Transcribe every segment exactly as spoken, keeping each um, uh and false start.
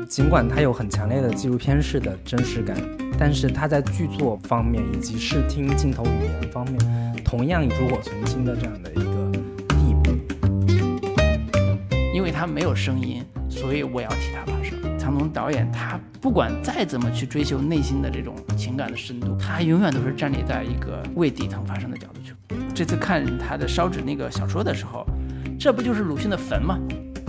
尽管它有很强烈的纪录片式的真实感，但是它在剧作方面以及视听镜头语言方面同样炉火纯青的这样的一个地步。 因为它没有声音，所以我要替他发声。强东导演他不管再怎么去追求内心的这种情感的深度，他永远都是站立在一个为底层发声的角度去。这次看他的烧纸那个小说的时候，这不就是鲁迅的坟吗？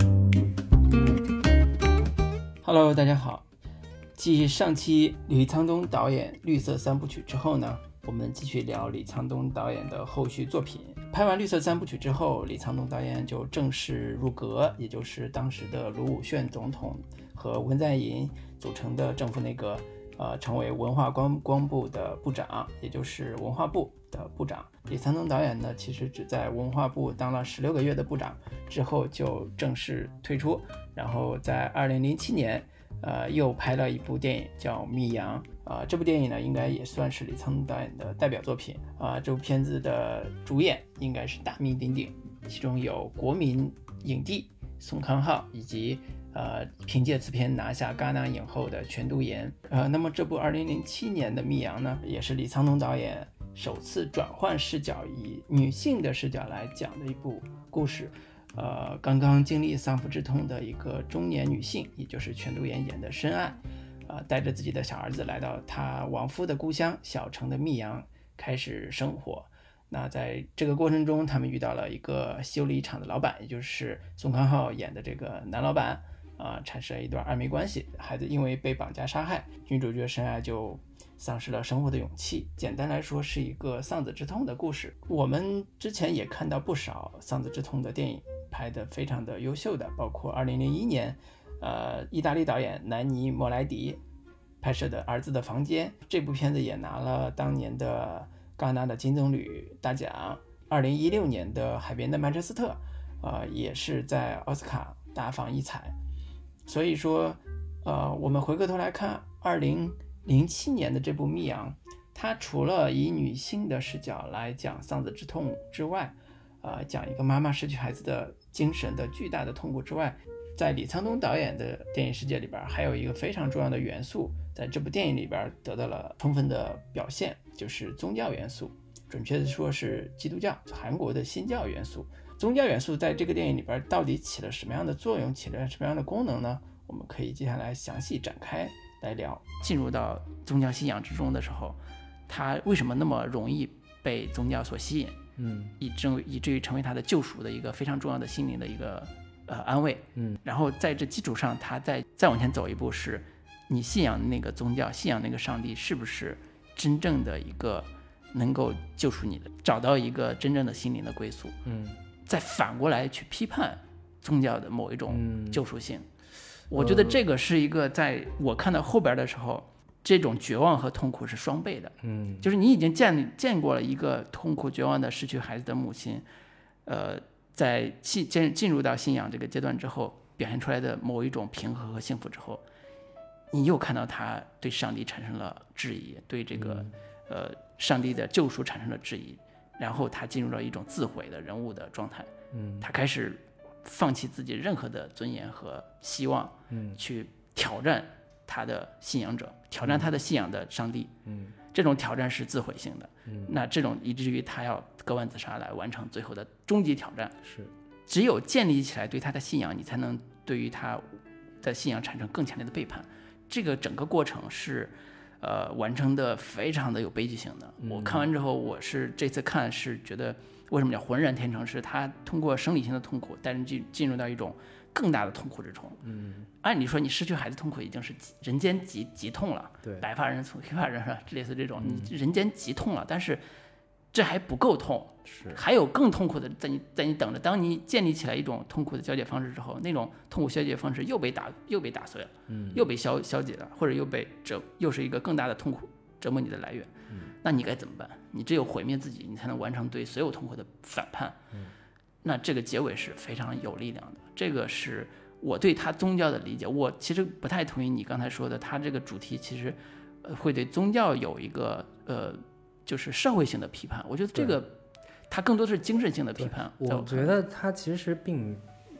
Hello， 大家好。继上期李沧东导演绿色三部曲之后呢，我们继续聊李沧东导演的后续作品。拍完绿色三部曲之后，李沧东导演就正式入阁，也就是当时的卢武铉总统和文在寅组成的政府内阁，呃，成为文化光光部的部长，也就是文化部的部长。李沧东导演呢，其实只在文化部当了十六个月的部长之后就正式退出，然后在二零零七年，呃，又拍了一部电影叫《密阳》。啊、呃，这部电影呢，应该也算是李沧东导演的代表作品啊、呃。这部片子的主演应该是大名鼎鼎，其中有国民影帝宋康昊，以及呃凭借此片拿下戛纳影后的全度妍。呃，那么这部二零零七年的《密阳》呢，也是李沧东导演首次转换视角，以女性的视角来讲的一部故事。呃，刚刚经历丧父之痛的一个中年女性，也就是全度妍演的申爱。呃，带着自己的小儿子来到他亡夫的故乡小城的密阳开始生活。那在这个过程中，他们遇到了一个修理厂的老板，也就是宋康昊演的这个男老板啊、呃，产生了一段暧昧关系。孩子因为被绑架杀害，女主角申爱就丧失了生活的勇气。简单来说，是一个丧子之痛的故事。我们之前也看到不少丧子之痛的电影，拍得非常的优秀的，包括二零零一年。呃，意大利导演南尼莫莱迪拍摄的《儿子的房间》，这部片子也拿了当年的戛纳的金棕榈大奖。二零一六年的《海边的曼彻斯特》呃，也是在奥斯卡大放异彩。所以说，呃，我们回过头来看二零零七年的这部《密阳》，它除了以女性的视角来讲丧子之痛之外，呃，讲一个妈妈失去孩子的精神的巨大的痛苦之外，在李沧东导演的电影世界里边，还有一个非常重要的元素，在这部电影里边得到了充分的表现，就是宗教元素，准确的说是基督教，韩国的新教元素。宗教元素在这个电影里边到底起了什么样的作用，起了什么样的功能呢？我们可以接下来详细展开来聊。进入到宗教信仰之中的时候，他为什么那么容易被宗教所吸引？嗯，以至以至于成为他的救赎的一个非常重要的心灵的一个呃安慰。嗯，然后在这基础上，他再再往前走一步，是你信仰那个宗教，信仰那个上帝是不是真正的一个能够救赎你的，找到一个真正的心灵的归宿。嗯，再反过来去批判宗教的某一种救赎性。嗯、我觉得这个是一个在我看到后边的时候，这种绝望和痛苦是双倍的。嗯，就是你已经见见过了一个痛苦绝望的失去孩子的母亲，呃，在进进入到信仰这个阶段之后，表现出来的某一种平和和幸福之后，你又看到他对上帝产生了质疑，对这个、嗯、呃上帝的救赎产生了质疑，然后他进入了一种自毁的人物的状态。嗯，他开始放弃自己任何的尊严和希望，嗯，去挑战他的信仰者，挑战他的信仰的上帝。嗯，这种挑战是自毁性的。嗯，那这种以至于他要割腕自杀来完成最后的终极挑战。是，只有建立起来对他的信仰，你才能对于他的信仰产生更强烈的背叛。这个整个过程是呃完成的非常的有悲剧性的。嗯、我看完之后，我是这次看是觉得为什么叫浑然天成，是他通过生理性的痛苦带人进进入到一种更大的痛苦之中。嗯，按理说你失去孩子痛苦已经是人间极极痛了，对，白发人送黑发人类似这种，你人间极痛了，但是这还不够痛，是还有更痛苦的在你在你等着。当你建立起来一种痛苦的消解方式之后，那种痛苦消解方式又被打又被打碎了，嗯，又被消消解了，或者又被折又是一个更大的痛苦折磨你的来源。嗯，那你该怎么办？你只有毁灭自己，你才能完成对所有痛苦的反叛。嗯，那这个结尾是非常有力量的。这个是我对他宗教的理解。我其实不太同意你刚才说的，他这个主题其实会对宗教有一个呃。就是社会性的批判，我觉得这个它更多是精神性的批判。 我觉得它其实并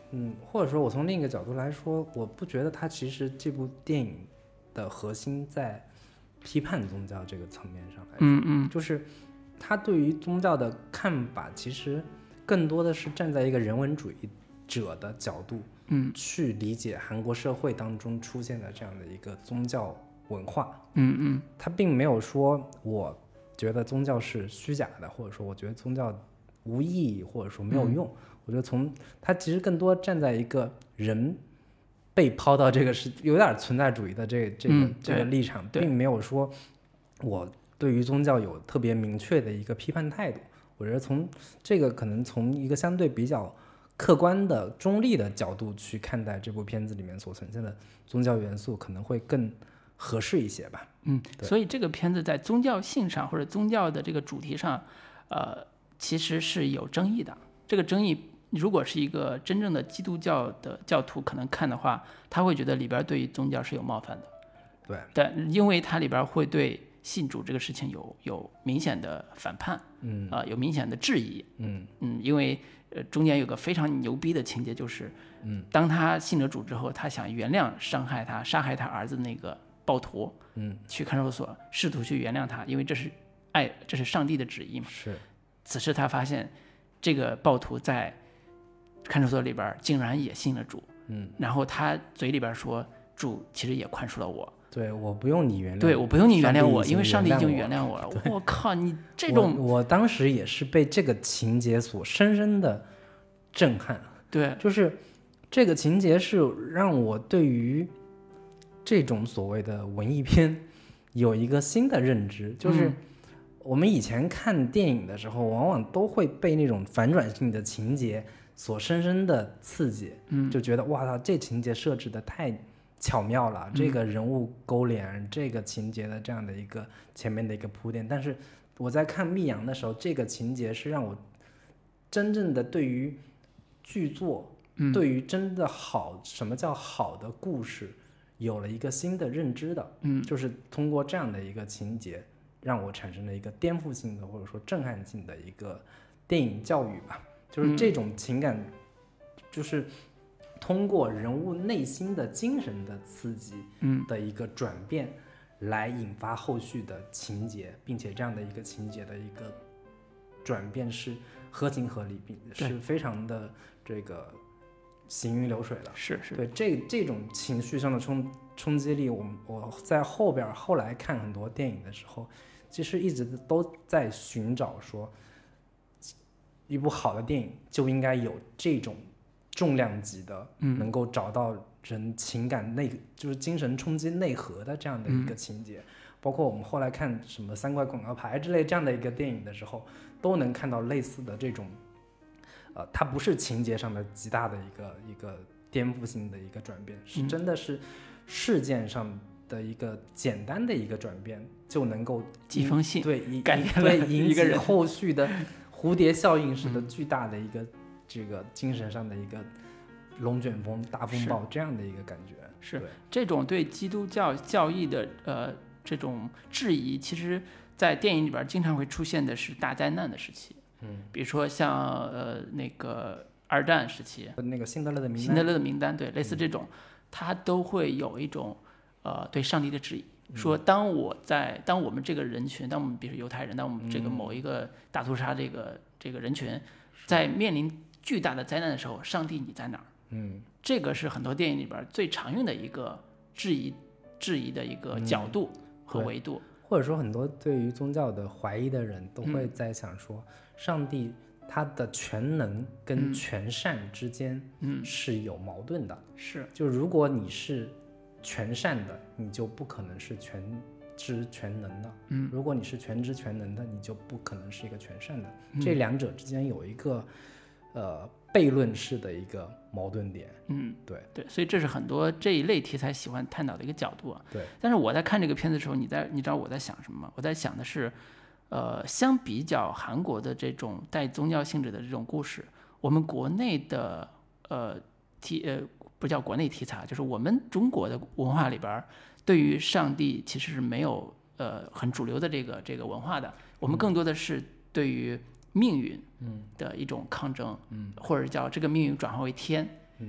嗯，或者说我从另一个角度来说，我不觉得它其实这部电影的核心在批判宗教这个层面上来说， 嗯嗯， 就是他对于宗教的看法，其实更多的是站在一个人文主义者的角度， 嗯， 去理解韩国社会当中出现的这样的一个宗教文化， 嗯嗯， 他并没有说我觉得宗教是虚假的，或者说我觉得宗教无意义，或者说没有用。嗯、我觉得从他其实更多站在一个人被抛到这个是有点存在主义的这个、这个、 嗯、 这个立场，并没有说我对于宗教有特别明确的一个批判态度。我觉得从这个可能从一个相对比较客观的中立的角度去看待这部片子里面所呈现的宗教元素，可能会更合适一些吧。 嗯，所以这个片子在宗教性上或者宗教的这个主题上，呃，其实是有争议的。这个争议，如果是一个真正的基督教的教徒可能看的话，他会觉得里边对于宗教是有冒犯的。 对， 对，因为它里边会对信主这个事情有有明显的反叛， 嗯啊、呃，有明显的质疑， 嗯嗯，因为呃中间有个非常牛逼的情节，就是嗯， 当他信了主之后，他想原谅伤害他、杀害他儿子那个暴徒， 嗯， 去看守所试图去原谅他，因为这是爱，这是上帝的旨意嘛。 是。 此时他发现，这个暴徒在看守所里边竟然也信了主， 嗯， 然后他嘴里边说，主其实也宽恕了我。 对，我不用你原谅， 对，我不用你原谅我，因为上帝已经原谅我了。我靠，你这种我，我当时也是被这个情节所深深的震撼。 对， 就是这个情节是让我对于这种所谓的文艺片有一个新的认知，就是我们以前看电影的时候，往往都会被那种反转性的情节所深深的刺激， 嗯， 就觉得哇操，这情节设置的太巧妙了，这个人物勾连、嗯、这个情节的这样的一个前面的一个铺垫。但是我在看《密阳》的时候，这个情节是让我真正的对于剧作、嗯、对于真的好，什么叫好的故事有了一个新的认知的。 嗯， 就是通过这样的一个情节让我产生了一个颠覆性的或者说震撼性的一个电影教育吧。就是这种情感、嗯、就是通过人物内心的精神的刺激的一个转变来引发后续的情节、嗯、并且这样的一个情节的一个转变是合情合理，并是非常的这个行云流水的。 是是， 对，这这种情绪上的冲冲击力，我我在后边后来看很多电影的时候，其实一直都在寻找说，一部好的电影就应该有这种重量级的、嗯、能够找到人情感内就是精神冲击内核的这样的一个情节、嗯、包括我们后来看什么三块广告牌之类这样的一个电影的时候，都能看到类似的这种呃，它不是情节上的极大的一个一个颠覆性的一个转变，是真的是事件上的一个简单的一个转变就能够几封信对改变了引起后续的蝴蝶效应式的巨大的一个、嗯、这个精神上的一个龙卷风大风暴这样的一个感觉。 是这种对基督教教义的呃这种质疑，其实在电影里边经常会出现的是大灾难的时期，嗯，比如说像呃那个二战时期那个辛德勒的名单辛德勒的名单对，类似这种、嗯、它都会有一种呃对上帝的质疑，说当我在当我们这个人群，当我们比如犹太人，当我们这个某一个大屠杀这个、嗯、这个人群在面临巨大的灾难的时候，上帝你在哪儿？嗯，这个是很多电影里边最常用的一个质疑质疑的一个角度和维度、 嗯、或者说很多对于宗教的怀疑的人都会在想说、嗯、上帝他的全能跟全善之间是有矛盾的、嗯、 是就如果你是全善的，你就不可能是全知全能的，嗯，如果你是全知全能的，你就不可能是一个全善的、嗯、这两者之间有一个呃悖论式的一个矛盾点。 嗯， 对对，所以这是很多这一类题材喜欢探讨的一个角度啊。 对， 但是我在看这个片子的时候，你在你知道我在想什么吗？我在想的是，呃，相比较韩国的这种带宗教性质的这种故事，我们国内的呃题呃不叫国内题材，就是我们中国的文化里边，对于上帝其实是没有呃很主流的这个这个文化的，我们更多的是对于命运的一种抗争，嗯，或者叫这个命运转化为天，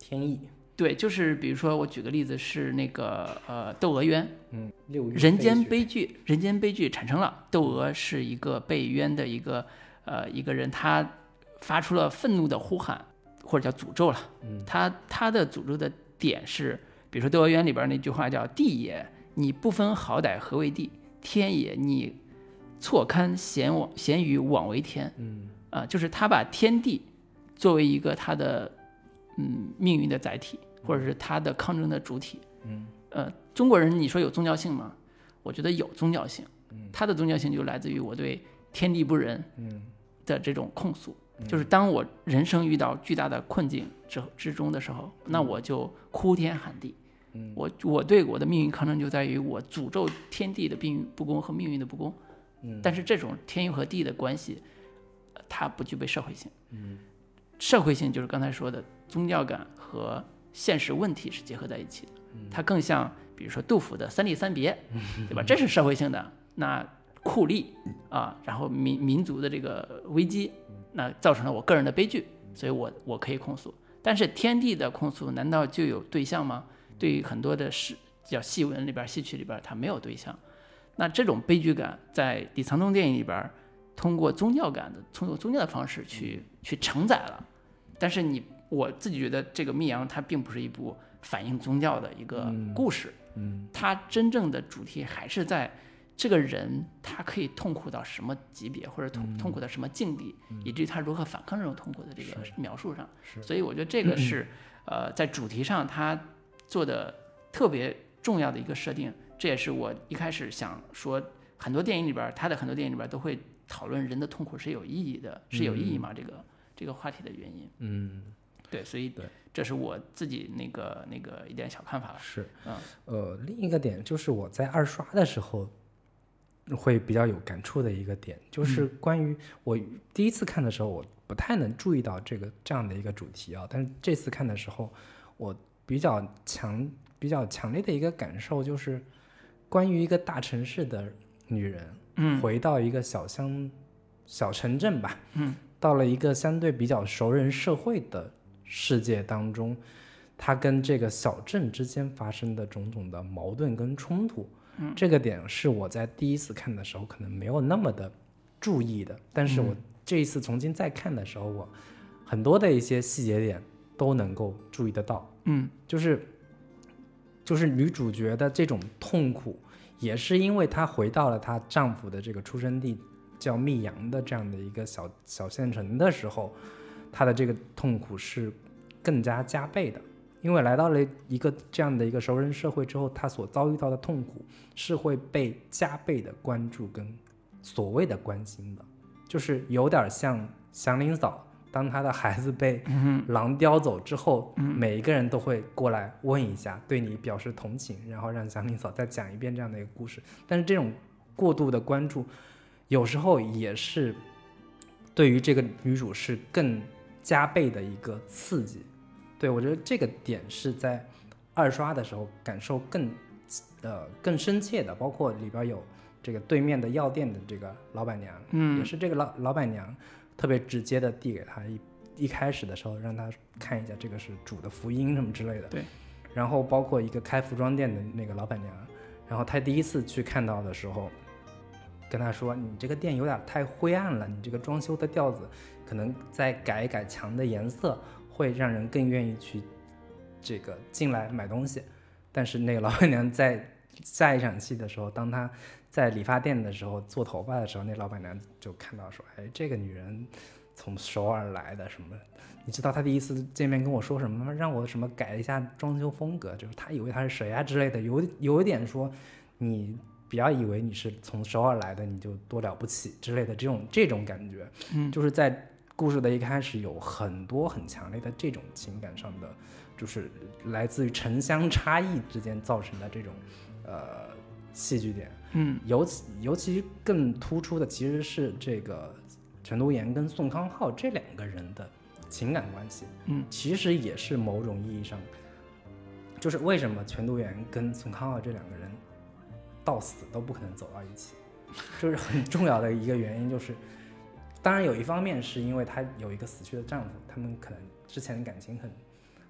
天意。 对，就是比如说我举个例子是那个呃窦娥冤， 嗯，六欲人间悲剧，人间悲剧产生了，窦娥是一个被冤的一个呃一个人，他发出了愤怒的呼喊，或者叫诅咒了。 嗯， 他他的诅咒的点是，比如说窦娥冤里边那句话叫地也，你不分好歹何为地；天也，你错堪贤往贤与枉为天。 嗯啊、呃，就是他把天地作为一个他的嗯命运的载体，或者是他的抗争的主体。 嗯， 呃，中国人你说有宗教性吗？我觉得有宗教性。 嗯， 他的宗教性就来自于我对天地不仁嗯的这种控诉。就是当我人生遇到巨大的困境之之中的时候，那我就哭天喊地。 嗯， 我我对我的命运抗争就在于我诅咒天地的命运不公和命运的不公。 嗯， 但是这种天和地的关系，呃它不具备社会性。 嗯， 社会性就是刚才说的宗教感和现实问题是结合在一起的。它更像比如说杜甫的三吏三别，对吧？这是社会性的。那酷吏啊，然后民民族的这个危机，那造成了我个人的悲剧，所以我我可以控诉。但是天地的控诉难道就有对象吗？对于很多的诗叫戏文里边戏曲里边它没有对象。那这种悲剧感在李沧东电影里边通过宗教感的通过宗教的方式去去承载了。但是你我自己觉得这个《密阳》它并不是一部反映宗教的一个故事。 嗯， 它真正的主题还是在这个人他可以痛苦到什么级别，或者痛痛苦到什么境地，以至于他如何反抗这种痛苦的这个描述上。所以我觉得这个是呃在主题上他做的特别重要的一个设定。这也是我一开始想说，很多电影里边，他的很多电影里边都会讨论人的痛苦是有意义的，是有意义吗？这个这个话题的原因。 嗯， 对，所以对， 这是我自己那个那个一点小看法了。 是， 嗯， 呃，另一个点就是我在二刷的时候会比较有感触的一个点，就是关于我第一次看的时候，我不太能注意到这个这样的一个主题啊，但是这次看的时候，我比较强比较强烈的一个感受就是关于一个大城市的女人， 嗯， 回到一个小乡小城镇吧， 嗯， 到了一个相对比较熟人社会的世界当中，她跟这个小镇之间发生的种种的矛盾跟冲突。嗯，这个点是我在第一次看的时候可能没有那么的注意的，但是我这一次重新再看的时候，我很多的一些细节点都能够注意得到。 嗯， 就是就是女主角的这种痛苦，也是因为她回到了她丈夫的这个出生地叫密阳的这样的一个小小县城的时候，她的这个痛苦是更加加倍的。因为来到了一个这样的一个熟人社会之后，她所遭遇到的痛苦是会被加倍的关注跟所谓的关心的，就是有点像祥林嫂，当她的孩子被狼叼走之后， 嗯、 每一个人都会过来问一下，对你表示同情，然后让祥林嫂再讲一遍这样的一个故事。但是这种过度的关注有时候也是对于这个女主是更加倍的一个刺激。对，我觉得这个点是在二刷的时候感受更呃更深切的，包括里边有这个对面的药店的这个老板娘， 嗯， 也是这个老老板娘特别直接的递给他一一开始的时候让他看一下这个是主的福音什么之类的。 对， 然后包括一个开服装店的那个老板娘，然后他第一次去看到的时候跟他说，你这个店有点太灰暗了，你这个装修的调子可能再改一改墙的颜色，会让人更愿意去这个进来买东西。但是那个老板娘在下一场戏的时候，当她在理发店的时候做头发的时候，那老板娘就看到说，哎，这个女人从首尔来的什么，你知道她第一次见面跟我说什么吗？让我什么改一下装修风格，就是她以为她是谁啊之类的，有有一点说你不要以为你是从首尔来的你就多了不起之类的这种这种感觉。 嗯， 就是在故事的一开始有很多很强烈的这种情感上的，就是来自于城乡差异之间造成的这种呃戏剧点。 嗯， 尤其尤其更突出的其实是这个全度妍跟宋康昊这两个人的情感关系。 嗯， 其实也是某种意义上，就是为什么全度妍跟宋康昊这两个人到死都不可能走到一起，就是很重要的一个原因。就是当然有一方面是因为她有一个死去的丈夫，他们可能之前感情很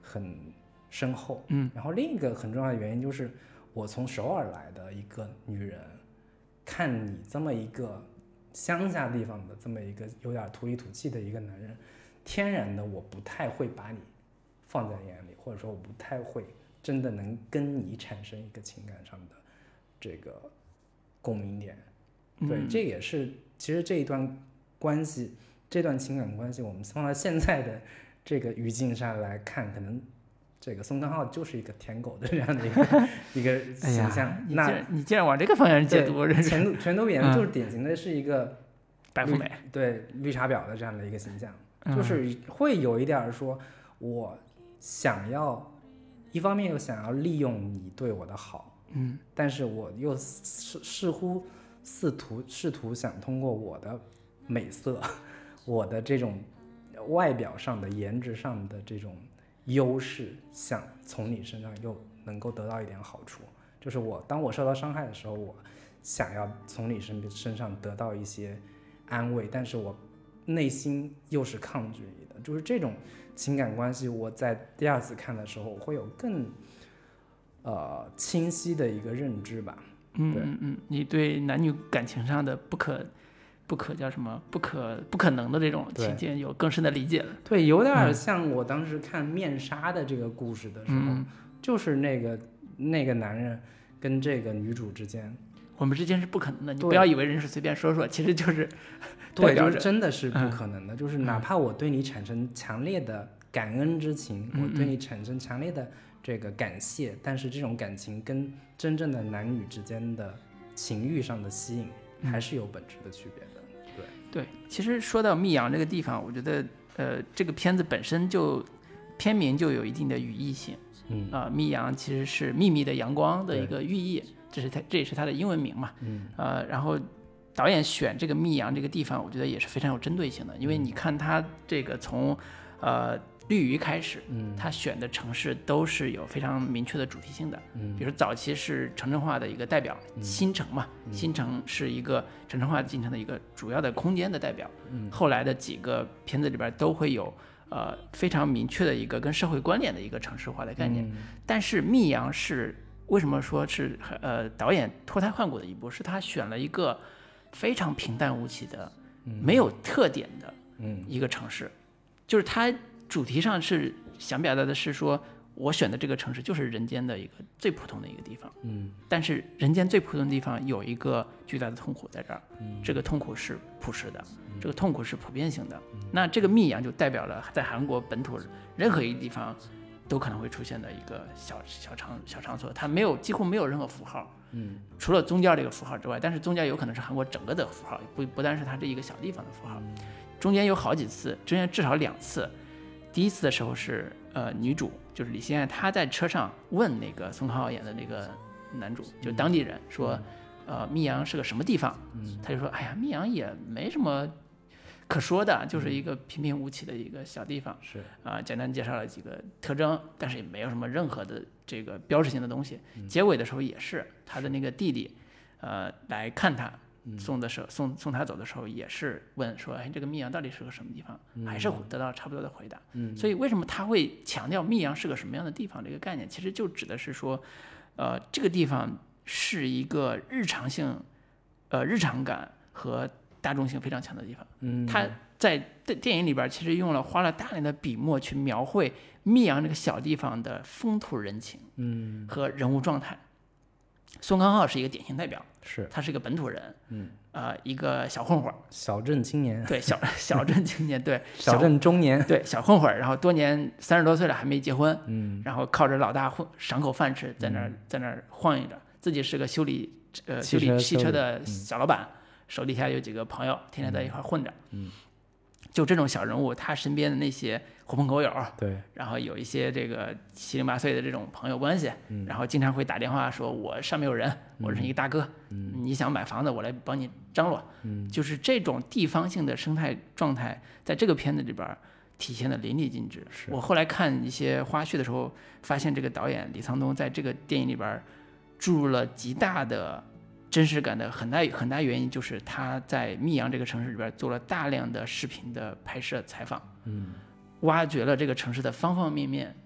很深厚。 嗯， 然后另一个很重要的原因就是我从首尔来的一个女人，看你这么一个乡下地方的这么一个有点土里土气的一个男人，天然的我不太会把你放在眼里，或者说我不太会真的能跟你产生一个情感上的这个共鸣点。对， 嗯、 这也是其实这一段关系，这段情感关系，我们放到现在的这个语境上来看，可能这个宋康昊就是一个舔狗的这样的一个一个形象。 哎、 那你既然你既然往这个方向解读， 全都全都演就是典型的是一个白富美， 对绿茶婊的这样的一个形象， 嗯、 就是会有一点说，我想要一方面又想要利用你对我的好， 嗯， 但是我又似似乎试图试图想通过我的美色，我的这种外表上的颜值上的这种优势，想从你身上又能够得到一点好处。就是我当我受到伤害的时候，我想要从你身身上得到一些安慰，但是我内心又是抗拒你的。就是这种情感关系，我在第二次看的时候，我会有更呃清晰的一个认知吧。 嗯嗯嗯，你对男女感情上的不可不可叫什么不可不可能的这种情节有更深的理解了。 对，有点像我当时看面纱的这个故事的时候， 嗯、 就是那个那个男人跟这个女主之间， 我们之间是不可能的。你不要以为人是随便说说，其实就是对，就是真的是不可能的。 嗯、 就是哪怕我对你产生强烈的感恩之情， 嗯、 我对你产生强烈的这个感谢，但是这种感情跟真正的男女之间的情欲上的吸引还是有本质的区别的。对对，其实说到密阳这个地方，我觉得呃，这个片子本身就片名就有一定的语义性。 嗯啊、呃，密阳其实是秘密的阳光的一个寓意，这是它这也是它的英文名嘛。 嗯呃，然后导演选这个密阳这个地方，我觉得也是非常有针对性的，因为你看他这个从呃绿鱼开始， 嗯， 他选的城市都是有非常明确的主题性的。 嗯， 比如早期是城镇化的一个代表， 嗯、 新城嘛， 嗯、 新城是一个城镇化进程的一个主要的空间的代表。 嗯， 后来的几个片子里边都会有呃非常明确的一个跟社会关联的一个城市化的概念。 嗯、 但是密阳是为什么说是呃导演脱胎换骨的一部，是他选了一个非常平淡无奇的、 嗯、 没有特点的一个城市， 嗯、 就是它主题上是想表达的是说，我选的这个城市就是人间的一个最普通的一个地方， 嗯， 但是人间最普通的地方有一个巨大的痛苦在这儿， 嗯， 这个痛苦是普世的， 嗯、 这个痛苦是普遍性的， 嗯、 那这个密阳就代表了在韩国本土任何一个地方都可能会出现的一个小小场小场所，它没有几乎没有任何符号， 嗯， 除了宗教这个符号之外，但是宗教有可能是韩国整个的符号，不不单是它这一个小地方的符号， 嗯、 中间有好几次，中间至少两次。第一次的时候是呃女主就是李心爱，她在车上问那个宋康昊演的那个男主，就是当地人说， 嗯、 呃密阳是个什么地方？ 嗯， 他就说，哎呀，密阳也没什么可说的，就是一个平平无奇的一个小地方， 是啊、呃，简单介绍了几个特征，但是也没有什么任何的这个标志性的东西。 嗯、 结尾的时候也是他的那个弟弟，呃，来看他。送的时候送送他走的时候也是问说，哎，这个密阳到底是个什么地方？ 嗯、 还是得到差不多的回答。 嗯， 所以为什么他会强调密阳是个什么样的地方这个概念，其实就指的是说，呃，这个地方是一个日常性，呃，日常感和大众性非常强的地方。 嗯， 他在电影里边其实用了花了大量的笔墨去描绘密阳这个小地方的风土人情， 嗯， 和人物状态。宋康昊是一个典型代表， 是他是一个本土人， 嗯， 呃，一个小混混， 小镇青年， 对，小小镇青年，对， 小镇中年， 对，小混混，然后多年三十多岁了还没结婚， 嗯， 然后靠着老大混赏口饭吃，在那儿、嗯、在那儿晃悠着，自己是个修理呃修理汽车的小老板，嗯、手底下有几个朋友，天天在一块混着， 嗯， 就这种小人物，他身边的那些狐朋狗友， 对， 然后有一些这个七零八碎的这种朋友关系， 嗯、 然后经常会打电话说，我上面有人，我认识一个大哥， 嗯、 你想买房子，我来帮你张罗， 嗯、 就是这种地方性的生态状态，在这个片子里边体现的淋漓尽致。我后来看一些花絮的时候，发现这个导演李沧东在这个电影里边注入了极大的真实感的很大很大原因，就是他在密阳这个城市里边做了大量的视频的拍摄采访， 嗯， 挖掘了这个城市的方方面面，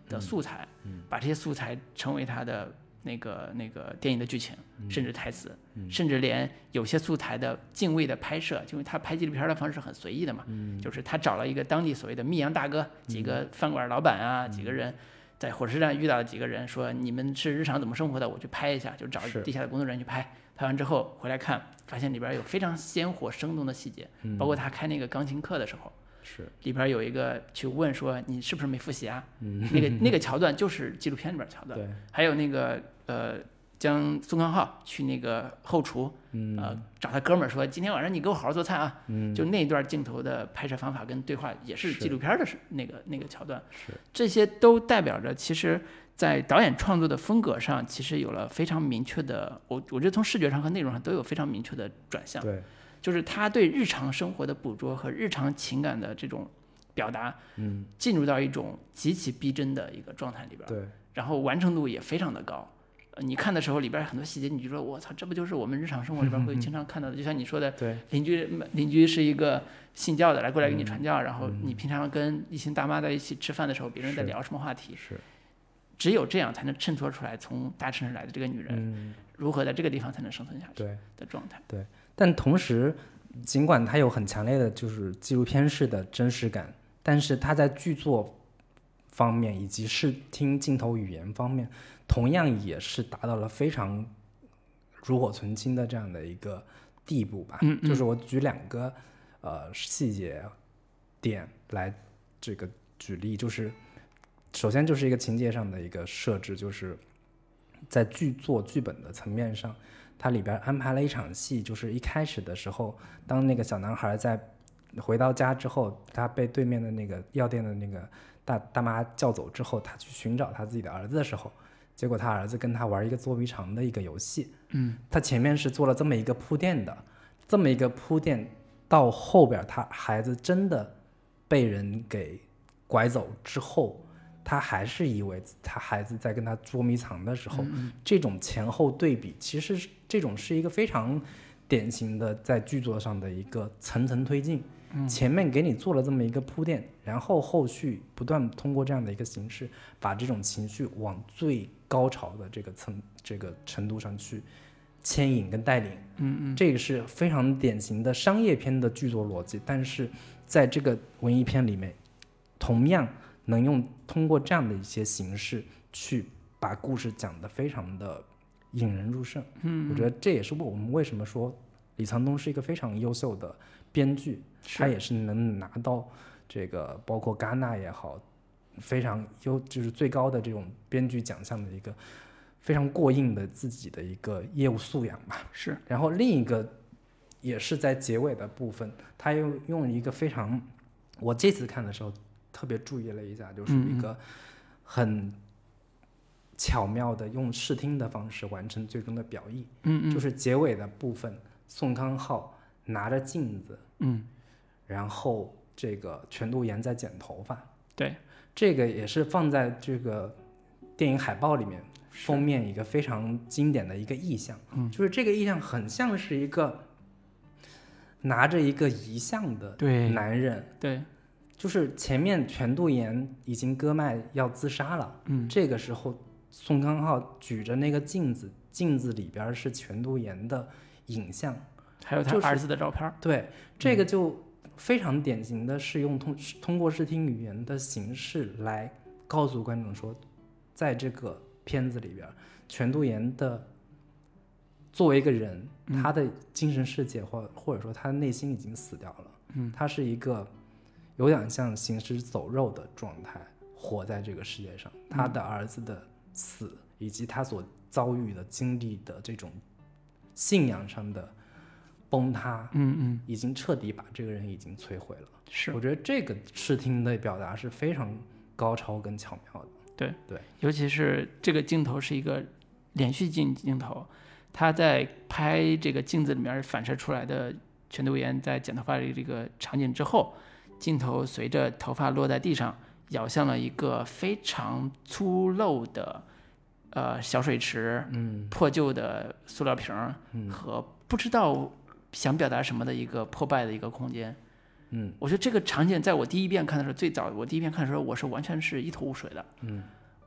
的素材， 嗯、 把这些素材成为他的那个那个电影的剧情， 嗯、 甚至台词、 嗯， 甚至连有些素材的敬畏的拍摄，因为他拍纪录片的方式很随意的嘛， 嗯、 就是他找了一个当地所谓的密阳大哥，几个饭馆老板啊， 嗯、 几个人。在火车站遇到了几个人，说你们是日常怎么生活的，我去拍一下，就找地下的工作人员去拍。拍完之后回来看，发现里边有非常鲜活生动的细节， 嗯、 包括他开那个钢琴课的时候， 是里边有一个去问说你是不是没复习啊？ 嗯、 那个那个桥段就是纪录片里边桥段。 对， 还有那个呃，将宋康昊去那个后厨， 嗯、 呃，找他哥们儿说今天晚上你给我好好做菜啊。 嗯、 就那段镜头的拍摄方法跟对话也是纪录片的那个那个桥段。 是， 这些都代表着其实。在导演创作的风格上，其实有了非常明确的，我我觉得从视觉上和内容上都有非常明确的转向。 对， 就是他对日常生活的捕捉和日常情感的这种表达， 嗯， 进入到一种极其逼真的一个状态里边。 对， 然后完成度也非常的高。呃，你看的时候里边很多细节，你就说我操，这不就是我们日常生活里边会经常看到的？就像你说的， 对， 邻居邻居是一个信教的，来过来给你传教， 嗯、 然后你平常跟一群大妈在一起吃饭的时候，别人在聊什么话题？ 是。 只有这样才能衬托出来从大城市来的这个女人、 嗯、 如何在这个地方才能生存下去对的状态。 对，但同时，尽管它有很强烈的就是纪录片式的真实感，但是它在剧作方面以及视听镜头语言方面，同样也是达到了非常炉火纯青的这样的一个地步吧。 嗯嗯、 就是我举两个呃细节点来这个举例，就是。首先就是一个情节上的一个设置，就是在剧作剧本的层面上，它里边安排了一场戏，就是一开始的时候，当那个小男孩在回到家之后，他被对面的那个药店的那个大大妈叫走之后，他去寻找他自己的儿子的时候，结果他儿子跟他玩一个捉迷藏的一个游戏。 嗯， 他前面是做了这么一个铺垫的，这么一个铺垫到后边，他孩子真的被人给拐走之后。他还是以为他孩子在跟他捉迷藏的时候， 嗯、 这种前后对比，其实这种是一个非常典型的在剧作上的一个层层推进。 嗯、 前面给你做了这么一个铺垫，然后后续不断通过这样的一个形式，把这种情绪往最高潮的这个层这个程度上去牵引跟带领。 嗯嗯， 这个是非常典型的商业片的剧作逻辑，但是在这个文艺片里面，同样。能用通过这样的一些形式去把故事讲得非常的引人入胜。 嗯， 我觉得这也是我们为什么说李沧东是一个非常优秀的编剧，他也是能拿到这个包括戛纳也好，非常优就是最高的这种编剧奖项的一个非常过硬的自己的一个业务素养吧。 是。 然后另一个也是在结尾的部分，他又用一个非常，我这次看的时候。特别注意了一下，就是一个很巧妙的用视听的方式完成最终的表意。 嗯嗯， 就是结尾的部分，宋康昊拿着镜子， 嗯， 然后这个全度妍在剪头发。 对， 这个也是放在这个电影海报里面封面一个非常经典的一个意象。 嗯， 就是这个意象很像是一个拿着一个遗像的男人。 对。对， 就是前面全度妍已经割脉要自杀了， 嗯， 这个时候宋康昊举着那个镜子，镜子里边是全度妍的影像， 还有他儿子的照片。 就是、对，这个就非常典型的是用通通过视听语言的形式来告诉观众说，在这个片子里边，全度妍的作为一个人， 嗯、 他的精神世界或或者说他的内心已经死掉了， 嗯， 他是一个。有点像行尸走肉的状态活在这个世界上，他的儿子的死以及他所遭遇的经历的这种信仰上的崩塌， 嗯嗯， 已经彻底把这个人已经摧毁了。 是， 我觉得这个视听的表达是非常高超跟巧妙的。 对对， 尤其是这个镜头是一个连续镜镜头，他在拍这个镜子里面反射出来的全度妍在剪头发的这个场景之后。镜头随着头发落在地上，咬向了一个非常粗陋的，呃小水池， 嗯， 破旧的塑料瓶， 嗯， 和不知道想表达什么的一个破败的一个空间， 嗯， 我觉得这个场景在我第一遍看的时候，最早我第一遍看的时候，我是完全是一头雾水的， 嗯，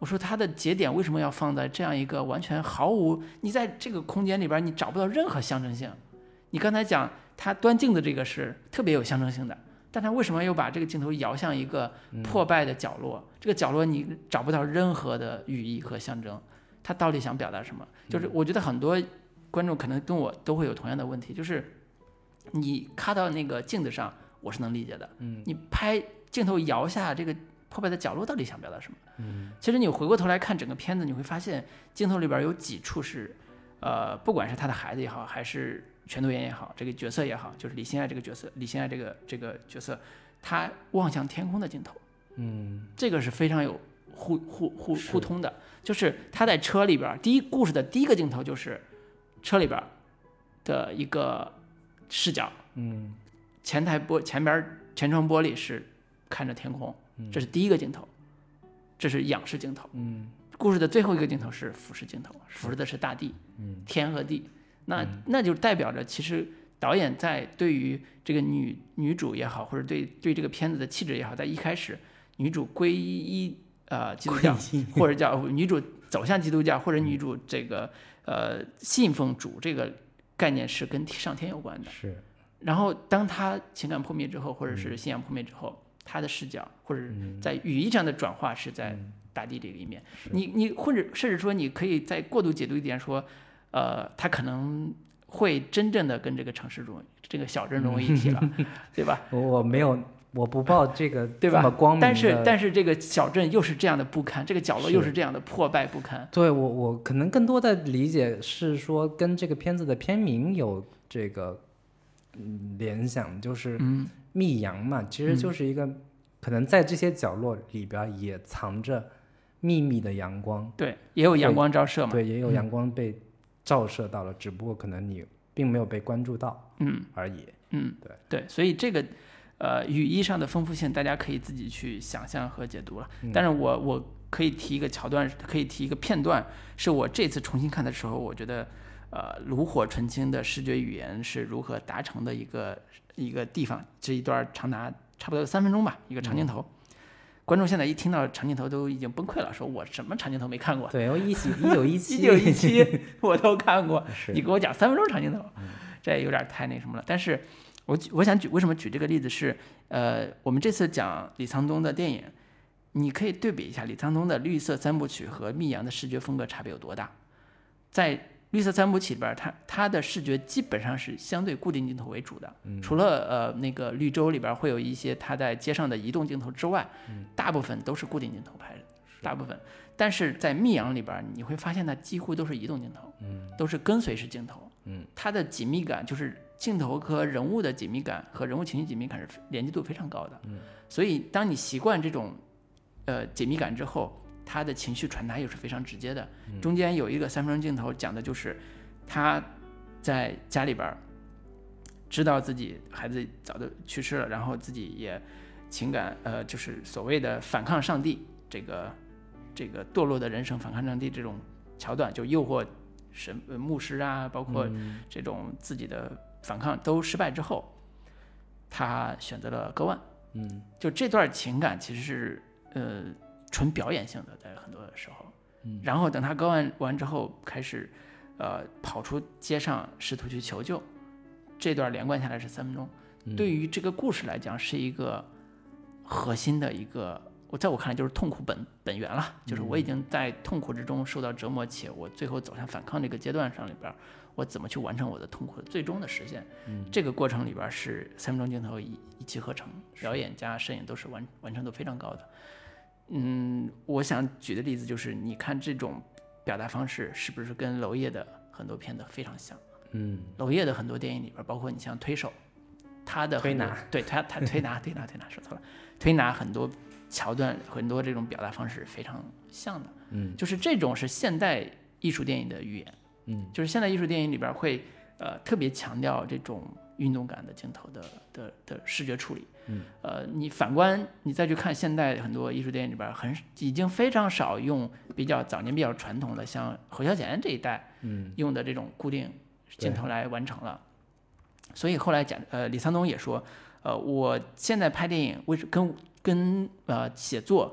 我说它的节点为什么要放在这样一个完全毫无，你在这个空间里边你找不到任何象征性。你刚才讲它端镜子这个是特别有象征性的，但它为什么又把这个镜头摇向一个破败的角落？嗯、这个角落你找不到任何的寓意和象征，它到底想表达什么？就是我觉得很多观众可能跟我都会有同样的问题，就是你看到那个镜子上，我是能理解的，嗯，你拍镜头摇下这个破败的角落到底想表达什么？嗯，其实你回过头来看整个片子，你会发现镜头里边有几处是，呃，不管是他的孩子也好，还是全度妍也好，这个角色也好，就是李心爱这个角色，李心爱这个这个角色，他望向天空的镜头，嗯，这个是非常有互互互互通的，就是他在车里边，第一故事的第一个镜头就是车里边的一个视角，嗯，前台玻前边前窗玻璃是看着天空，这是第一个镜头，这是仰视镜头。嗯，故事的最后一个镜头是俯视镜头，俯视的是大地，嗯，天和地。那、嗯、那就代表着，其实导演在对于这个女女主也好，或者对对这个片子的气质也好，在一开始女主皈依呃基督教，或者叫女主走向基督教，或者女主这个呃信奉主这个概念是跟上天有关的。是。然后当她情感破灭之后，或者是信仰破灭之后。嗯，他的视角或者在语义上的转化是在大地这里面，嗯、你你或者甚至说你可以再过度解读一点说，呃，他可能会真正的跟这个城市中这个小镇融为一体了，嗯、对吧？ 我没有，我不抱这个这么光明的， 但是但是这个小镇又是这样的不堪，这个角落又是这样的破败不堪。 对我我可能更多的理解是说跟这个片子的片名有这个嗯联想，就是嗯。密阳嘛，其实就是一个、嗯、可能在这些角落里边也藏着秘密的阳光， 对，也有阳光照射嘛， 对，也有阳光被照射到了，嗯、只不过可能你并没有被关注到， 嗯而已， 嗯，对对，所以这个呃语义上的丰富性，大家可以自己去想象和解读了。嗯、但是我我可以提一个桥段，可以提一个片段，是我这次重新看的时候，我觉得呃炉火纯青的视觉语言是如何达成的一个。一个地方，这一段长达差不多三分钟吧，一个长镜头。嗯、观众现在一听到长镜头都已经崩溃了，说我什么长镜头没看过？ 对，我一九一九一七一九一七我都看过，你给我讲三分钟长镜头，嗯、这有点太那什么了。但是我我想举为什么举这个例子是，呃，我们这次讲李沧东的电影，你可以对比一下李沧东的绿色三部曲和密阳的视觉风格差别有多大。在绿色三部曲里边，它它的视觉基本上是相对固定镜头为主的，嗯、除了呃那个绿洲里边会有一些它在街上的移动镜头之外，嗯、大部分都是固定镜头拍的，大部分。但是在密阳里边，你会发现它几乎都是移动镜头，嗯、都是跟随式镜头，嗯、它的紧密感就是镜头和人物的紧密感和人物情绪紧密感是连接度非常高的，嗯、所以当你习惯这种呃紧密感之后。他的情绪传达又是非常直接的，中间有一个三分钟镜头讲的就是他在家里边知道自己孩子早就去世了，然后自己也情感呃就是所谓的反抗上帝，这个这个堕落的人生反抗上帝这种桥段，就诱惑神牧师啊，包括这种自己的反抗都失败之后，他选择了割腕，嗯，就这段情感其实是呃。纯表演性的，在很多时候，嗯、然后等他割腕完之后，开始，呃，跑出街上，试图去求救，这段连贯下来是三分钟，嗯、对于这个故事来讲，是一个核心的一个，我在我看来就是痛苦本本源了，就是我已经在痛苦之中受到折磨，且我最后走向反抗这个阶段上里边，我怎么去完成我的痛苦的最终的实现？嗯、这个过程里边是三分钟镜头一一气呵成，表演加摄影都是完完成度非常高的。嗯，我想举的例子就是，你看这种表达方式是不是跟娄烨的很多片子非常像？嗯，娄烨的很多电影里边，包括你像《推手》，他的推拿， 对他他推拿推拿推拿说错了，推拿很多桥段很多这种表达方式非常像的。嗯，就是这种是现代艺术电影的语言。嗯，就是现代艺术电影里边会呃特别强调这种运动感的镜头的的的视觉处理。嗯，呃，你反观你再去看现代很多艺术电影里边，很已经非常少用比较早年比较传统的，像侯孝贤这一代，嗯，用的这种固定镜头来完成了。所以后来讲，呃，李沧东也说，呃，我现在拍电影，为什跟跟呃写作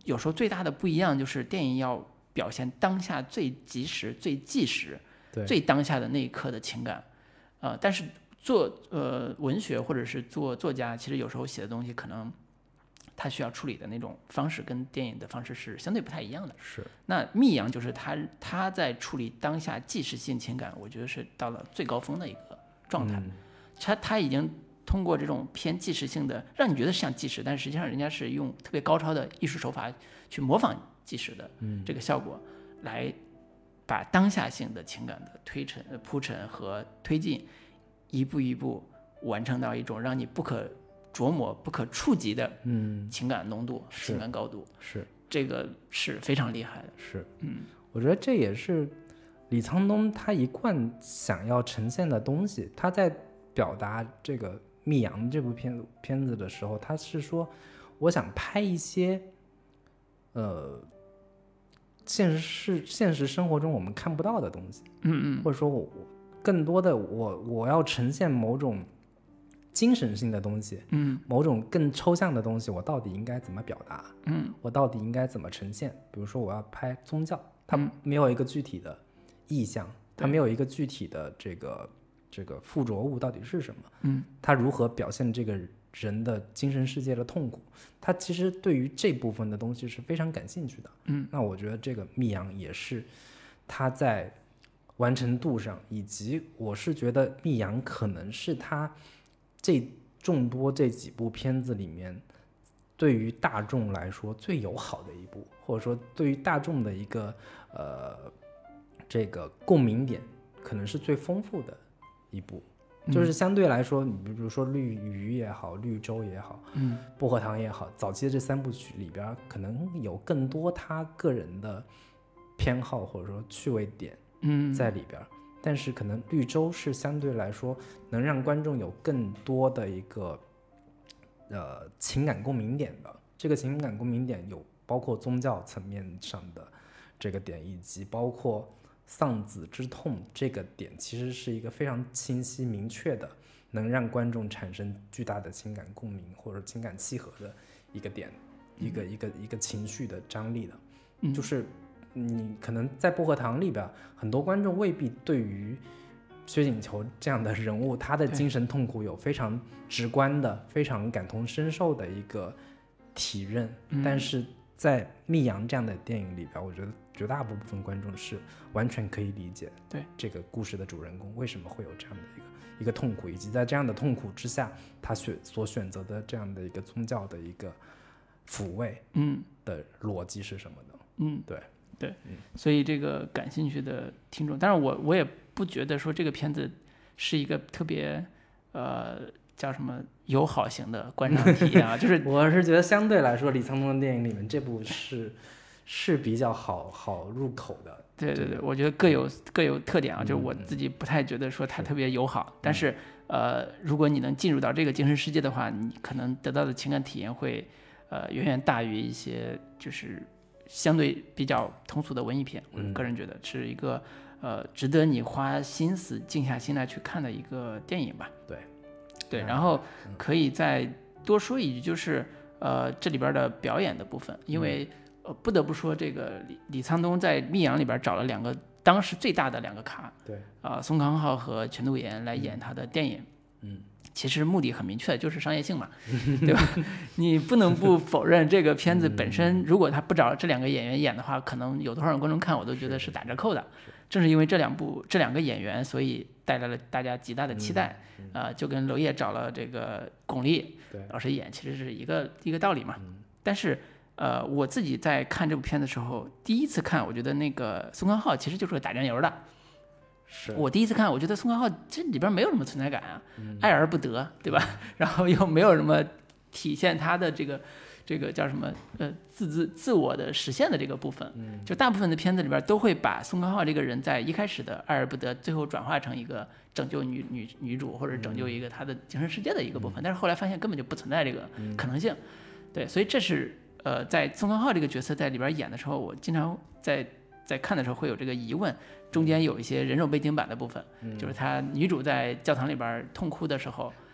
有时候最大的不一样就是电影要表现当下最及时、最即时、最当下的那一刻的情感，呃，但是做呃文学或者是做作家，其实有时候写的东西可能他需要处理的那种方式跟电影的方式是相对不太一样的。 是。 那密阳就是他他在处理当下即时性情感，我觉得是到了最高峰的一个状态。嗯、他他已经通过这种偏即时性的，让你觉得像即时，但实际上人家是用特别高超的艺术手法去模仿即时的这个效果，嗯、来把当下性的情感的推陈、铺陈和推进，一步一步完成到一种让你不可琢磨、不可触及的情感浓度、嗯、情感高度。 是， 这个是非常厉害的。 是， 嗯， 我觉得这也是李沧东他一贯想要呈现的东西。他在表达这个《密阳》这部片子片子的时候，他是说，我想拍一些，呃。现实现实生活中我们看不到的东西， 嗯嗯， 或者说我更多的我我要呈现某种精神性的东西， 嗯， 某种更抽象的东西，我到底应该怎么表达？ 嗯， 我到底应该怎么呈现？比如说我要拍宗教，它没有一个具体的意象，嗯、它没有一个具体的这个这个附着物到底是什么？ 嗯， 它如何表现这个人的精神世界的痛苦？他其实对于这部分的东西是非常感兴趣的。 嗯， 那我觉得这个密阳也是他在完成度上，以及我是觉得密阳可能是他这众多这几部片子里面对于大众来说最友好的一部，或者说对于大众的一个呃这个共鸣点可能是最丰富的一部。就是相对来说，你比如说绿鱼也好，绿洲也好， 嗯， 薄荷糖也好，早期的这三部曲里边可能有更多他个人的偏好或者说趣味点在里边，嗯、但是可能绿洲是相对来说能让观众有更多的一个呃情感共鸣点的。这个情感共鸣点有包括宗教层面上的这个点，以及包括丧子之痛这个点，其实是一个非常清晰明确的，能让观众产生巨大的情感共鸣或者情感契合的一个点，嗯、一个一个一个情绪的张力的。 嗯、 就是你可能在薄荷糖里边，很多观众未必对于薛景求这样的人物，他的精神痛苦有非常直观的、非常感同身受的一个体认， 嗯、 但是在密阳这样的电影里边，我觉得绝大部分观众是完全可以理解对这个故事的主人公为什么会有这样的一个一个痛苦，以及在这样的痛苦之下，他选所选择的这样的一个宗教的一个抚慰的逻辑是什么的。 嗯， 对对，嗯、所以这个感兴趣的听众，当然我我也不觉得说这个片子是一个特别呃叫什么友好型的观赏体验啊，就是我是觉得相对来说，李沧东的电影里面这部是是比较好好入口的。 对对对，我觉得各有各有特点啊，嗯、就是我自己不太觉得说它特别友好，嗯、但是呃，如果你能进入到这个精神世界的话，你可能得到的情感体验会呃远远大于一些就是相对比较通俗的文艺片。我个人觉得是一个呃值得你花心思静下心来去看的一个电影吧。 对。 对，然后可以再多说一句，就是呃这里边的表演的部分，因为呃不得不说这个李李沧东在《密阳》里边找了两个当时最大的两个咖， 对啊、呃、宋康昊和全度妍来演他的电影， 嗯， 其实目的很明确，就是商业性嘛，对吧？你不能不否认这个片子本身，如果他不找这两个演员演的话，可能有多少人观众看，我都觉得是打折扣的。正是因为这两部这两个演员，所以带来了大家极大的期待。嗯嗯、呃，就跟娄烨找了这个巩俐老师演，其实是一个一个道理嘛。 嗯、 但是，呃，我自己在看这部片的时候，第一次看，我觉得那个宋康昊其实就是个打酱油的。 是我第一次看，我觉得宋康昊这里边没有什么存在感啊， 嗯、 爱而不得，对吧？然后又没有什么体现他的这个。这个叫什么？呃，自自自我的实现的这个部分， 嗯， 就大部分的片子里边都会把宋康昊这个人在一开始的爱而不得，最后转化成一个拯救女女女主或者拯救一个他的精神世界的一个部分，嗯、但是后来发现根本就不存在这个可能性，嗯、对，所以这是呃，在宋康昊这个角色在里边演的时候，我经常在在看的时候会有这个疑问，中间有一些人肉背景板的部分， 嗯、 就是他女主在教堂里边痛哭的时候。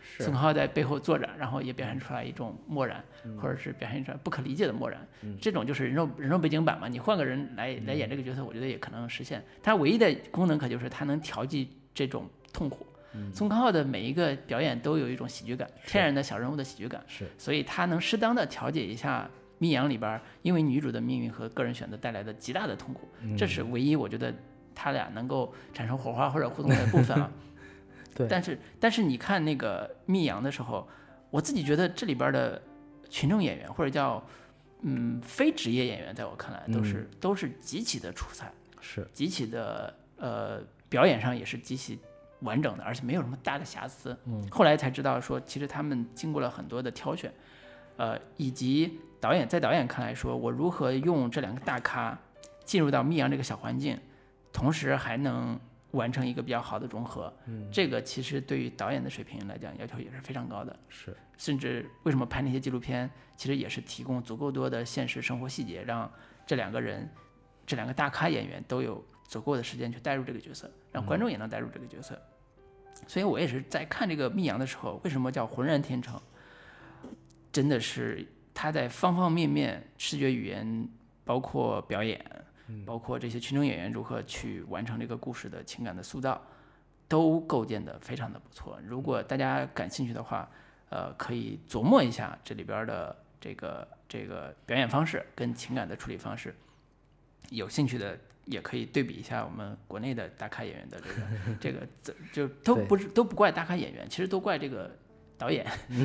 宋康昊在背后坐着，然后也表现出来一种漠然， 嗯、 或者是表现出来不可理解的漠然。 嗯、 这种就是人肉人肉背景板嘛，你换个人来来演这个角色，我觉得也可能实现。它唯一的功能可就是它能调剂这种痛苦。 嗯、 宋康昊的每一个表演都有一种喜剧感，天然的小人物的喜剧感， 是， 所以他能适当的调节一下密阳里边因为女主的命运和个人选择带来的极大的痛苦， 嗯、 这是唯一我觉得他俩能够产生火花或者互动的部分啊。 对， 但是但是你看那个密阳的时候，我自己觉得这里边的群众演员或者叫嗯非职业演员，在我看来都是、嗯、都是极其的出彩， 是极其的呃表演上也是极其完整的，而且没有什么大的瑕疵。 嗯， 后来才知道说，其实他们经过了很多的挑选，呃，以及导演在导演看来说，我如何用这两个大咖进入到密阳这个小环境，同时还能完成一个比较好的融合。 嗯， 这个其实对于导演的水平来讲，要求也是非常高的。 是， 甚至为什么拍那些纪录片，其实也是提供足够多的现实生活细节，让这两个人，这两个大咖演员都有足够的时间去带入这个角色，让观众也能带入这个角色。嗯，所以我也是在看这个密阳的时候，为什么叫浑然天成，真的是他在方方面面，视觉语言包括表演、嗯、包括这些群众演员如何去完成这个故事的情感的塑造，都构建的非常的不错。如果大家感兴趣的话，呃，可以琢磨一下这里边的这个这个表演方式跟情感的处理方式，有兴趣的也可以对比一下我们国内的大咖演员的这个这个就都不是都不怪大咖演员，其实都怪这个导演。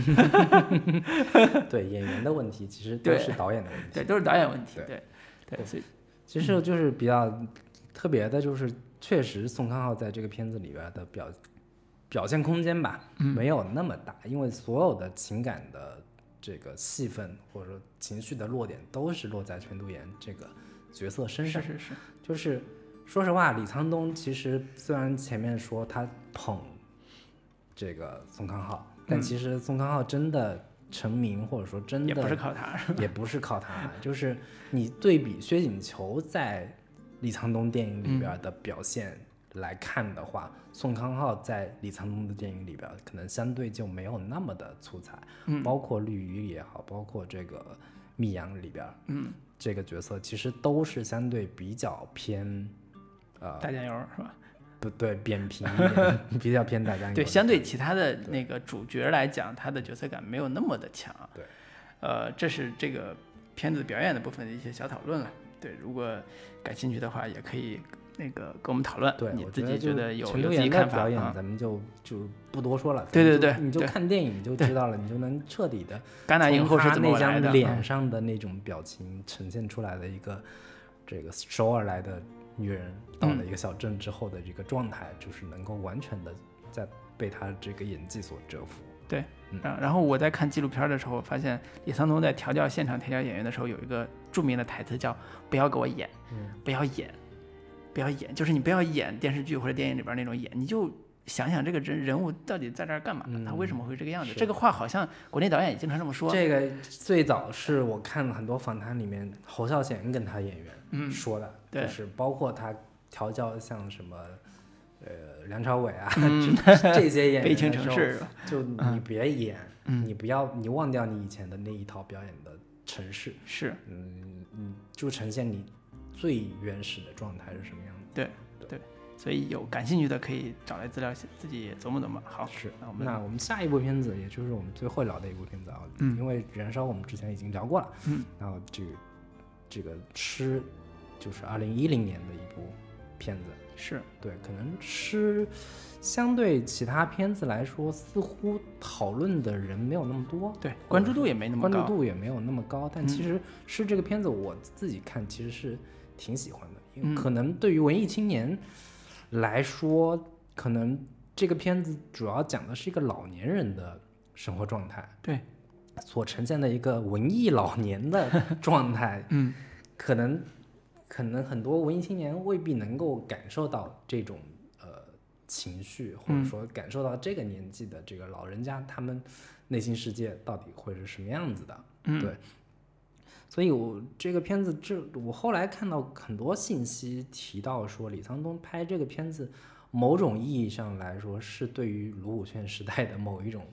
对，演员的问题其实都是导演的问题。 对，都是导演问题。 对对 对, 对，所以其实就是比较特别的，就是确实宋康昊在这个片子里边的表表现空间吧， 嗯、 没有那么大，因为所有的情感的这个戏份或者说情绪的落点都是落在全度妍这个角色身上。 是是是， 就是说实话，李沧东其实虽然前面说他捧这个宋康昊，但其实宋康昊真的成名或者说真的也不是靠他， 也不是靠他，就是你对比薛景求在李沧东电影里边的表现来看的话，嗯、宋康昊在李沧东的电影里边可能相对就没有那么的出彩， 嗯、 包括绿鱼也好，包括这个密阳里边， 嗯， 这个角色其实都是相对比较偏，呃， 大酱油是吧？ 不对，扁平一点，比较偏大酱油。 对，相对其他的那个主角来讲，他的角色感没有那么的强。 对， 呃，这是这个片子表演的部分的一些小讨论了。对，如果感兴趣的话，也可以那个跟我们讨论。 对， 你自己觉得有有自己看法表演，咱们就就不多说了。 对对对， 你就看电影就知道了，你就能彻底的戛纳影后是怎么来的， 那张脸上的那种表情呈现出来的一个这个首尔来的女人到了一个小镇之后的这个状态，嗯、就是能够完全的在被她这个演技所折服。 对，嗯，然后我在看纪录片的时候，发现李沧东在调教现场调教演员的时候，有一个著名的台词叫“不要给我演， 嗯、 不要演，不要演”，就是你不要演电视剧或者电影里边那种演，你就想想这个人人物到底在这儿干嘛， 嗯、 他为什么会这个样子？这个话好像国内导演也经常这么说。 这个最早是我看了很多访谈里面侯孝贤跟他演员说的， 嗯、 就是包括他调教像什么。呃，梁朝伟啊， 嗯、 这些演员悲情城市， 就你别演， 嗯、 你不要，你忘掉你以前的那一套表演的程式， 是， 嗯嗯，就呈现你最原始的状态是什么样子。 对 对, 对，所以有感兴趣的可以找来资料自己琢磨琢磨。好， 是， 那我们那我们下一部片子，也就是我们最后聊的一部片子啊， 嗯、 因为燃烧我们之前已经聊过了， 嗯， 然后这个这个吃就是二零一零年的一部片子。 是对，可能是相对其他片子来说，似乎讨论的人没有那么多， 对，关注度也没那么高， 关注度也没有那么高。但其实是这个片子，我自己看其实是挺喜欢的，因为可能对于文艺青年来说，可能这个片子主要讲的是一个老年人的生活状态， 对， 所呈现的一个文艺老年的状态， 嗯， 可能。可能很多文艺青年未必能够感受到这种呃情绪，或者说感受到这个年纪的这个老人家他们内心世界到底会是什么样子的。 嗯， 对。所以我这个片子，这我后来看到很多信息提到说，李沧东拍这个片子，某种意义上来说是对于卢武铉时代的某一种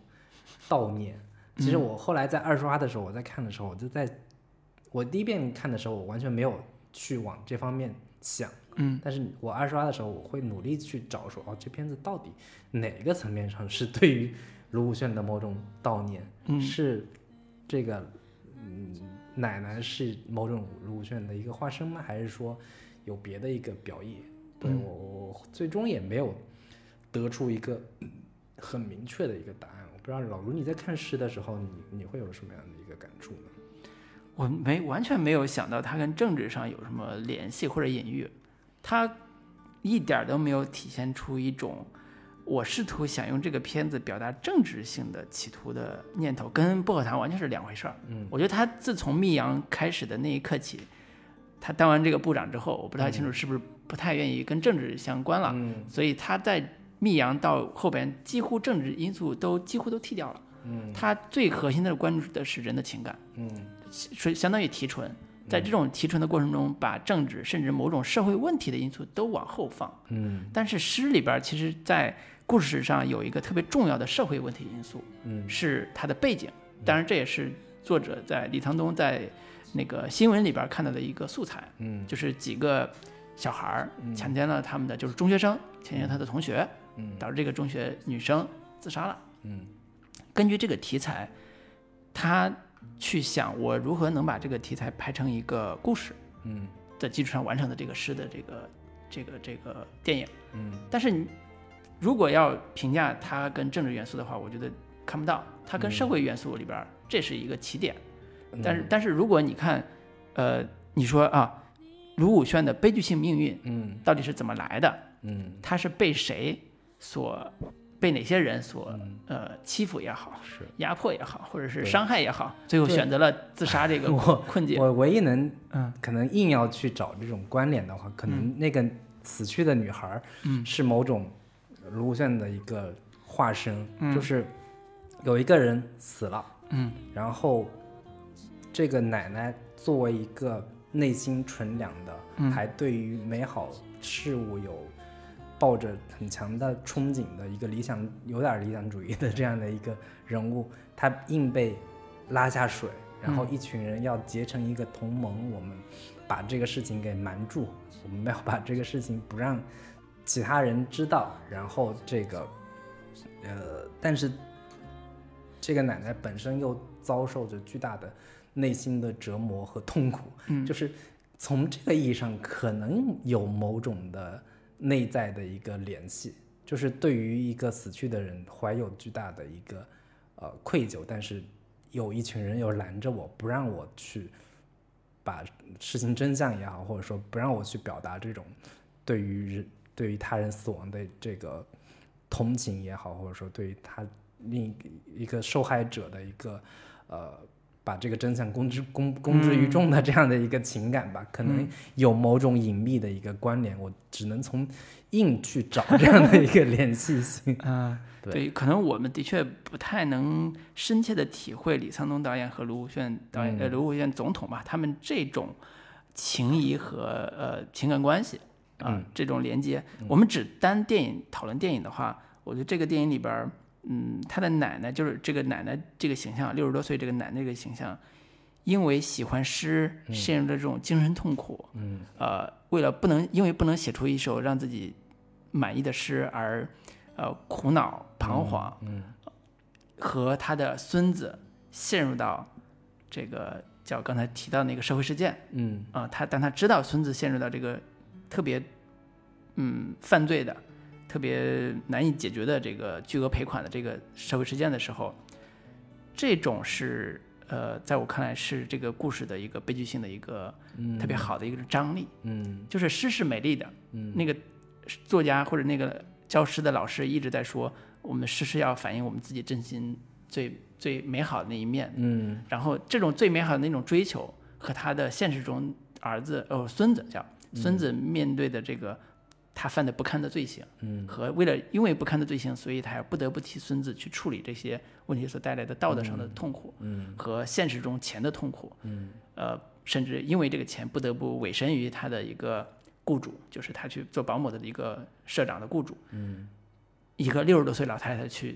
悼念。其实我后来在二刷的时候，我在看的时候，我就在我第一遍看的时候，我完全没有去往这方面想， 嗯， 但是我二刷的时候，我会努力去找说，哦，这片子到底哪个层面上是对于卢武铉的某种悼念， 嗯， 是这个嗯奶奶是某种卢武铉的一个化身吗？还是说有别的一个表意？对、嗯、我我最终也没有得出一个很明确的一个答案。我不知道老卢你在看诗的时候，你你会有什么样的一个感触呢？ 我没完全没有想到它跟政治上有什么联系或者隐喻，它一点都没有体现出一种我试图想用这个片子表达政治性的企图的念头，跟薄荷糖完全是两回事儿。嗯，我觉得他自从密阳开始的那一刻起，他当完这个部长之后，我不太清楚是不是不太愿意跟政治相关了，嗯、所以他在密阳到后边几乎政治因素都几乎都剔掉了。嗯，他最核心的关注的是人的情感，嗯，相当于提纯。在这种提纯的过程中，把政治甚至某种社会问题的因素都往后放。嗯，但是诗里边其实在故事史上有一个特别重要的社会问题因素，嗯，是它的背景。当然这也是作者在李沧东在那个新闻里边看到的一个素材，嗯，就是几个小孩强奸了他们的，就是中学生强奸他的同学，嗯，导致这个中学女生自杀了。嗯，根据这个题材，他去想我如何能把这个题材拍成一个故事，嗯，的基础上完成的这个诗的这个这个这个电影，嗯，但是你如果要评价它跟政治元素的话，我觉得看不到，它跟社会元素里边、嗯、这是一个起点，但是但是如果你看，呃，你说啊，卢武铉的悲剧性命运，嗯，到底是怎么来的？嗯，他是被谁所被哪些人所、嗯、呃欺负也好，是压迫也好，或者是伤害也好，最后选择了自杀这个困境。 我, 我唯一能，嗯，可能硬要去找这种关联的话，可能那个死去的女孩，嗯，是某种卢武铉的一个化身，嗯，就是有一个人死了，嗯，然后这个奶奶作为一个内心纯良的，嗯，还对于美好事物有抱着很强的憧憬的一个理想，有点理想主义的这样的一个人物，他硬被拉下水，然后一群人要结成一个同盟，嗯，我们把这个事情给瞒住，我们要把这个事情不让其他人知道，然后这个呃，但是这个奶奶本身又遭受着巨大的内心的折磨和痛苦，嗯，就是从这个意义上可能有某种的内在的一个联系，就是对于一个死去的人怀有巨大的一个呃愧疚，但是有一群人又拦着我，不让我去把事情真相也好，或者说不让我去表达这种对于对于他人死亡的这个同情也好，或者说对于他另一个受害者的一个呃把这个真相公之公公之于众的这样的一个情感吧，嗯，可能有某种隐秘的一个关联，我只能从硬去找这样的一个联系性。 嗯，对，对，可能我们的确不太能深切的体会李沧东导演和卢武铉导演，嗯，呃，卢武铉总统吧，他们这种情谊和呃情感关系啊，呃嗯，这种连接，嗯，我们只单电影讨论电影的话，我觉得这个电影里边。嗯，他的奶奶就是这个奶奶这个形象，六十多岁这个奶奶这个形象，因为喜欢诗，陷入了这种精神痛苦。嗯，呃，为了不能因为不能写出一首让自己满意的诗而呃苦恼彷徨。嗯，嗯和他的孙子陷入到这个叫刚才提到那个社会事件。嗯，啊、呃，他当他知道孙子陷入到这个特别嗯犯罪的。特别难以解决的这个巨额赔款的这个社会事件的时候，这种是呃，在我看来是这个故事的一个悲剧性的一个特别好的一个张力。嗯，就是诗是美丽的，嗯，那个作家或者那个教诗的老师一直在说，我们诗是要反映我们自己真心最最美好的那一面。嗯，然后这种最美好的那种追求和他的现实中儿子哦孙子叫孙子面对的这个。他犯的不堪的罪行，嗯，和为了因为不堪的罪行，所以他不得不替孙子去处理这些问题所带来的道德上的痛苦，嗯，和现实中钱的痛苦，嗯，呃，甚至因为这个钱不得不委身于他的一个雇主，就是他去做保姆的一个社长的雇主，嗯，一个六十多岁老太太去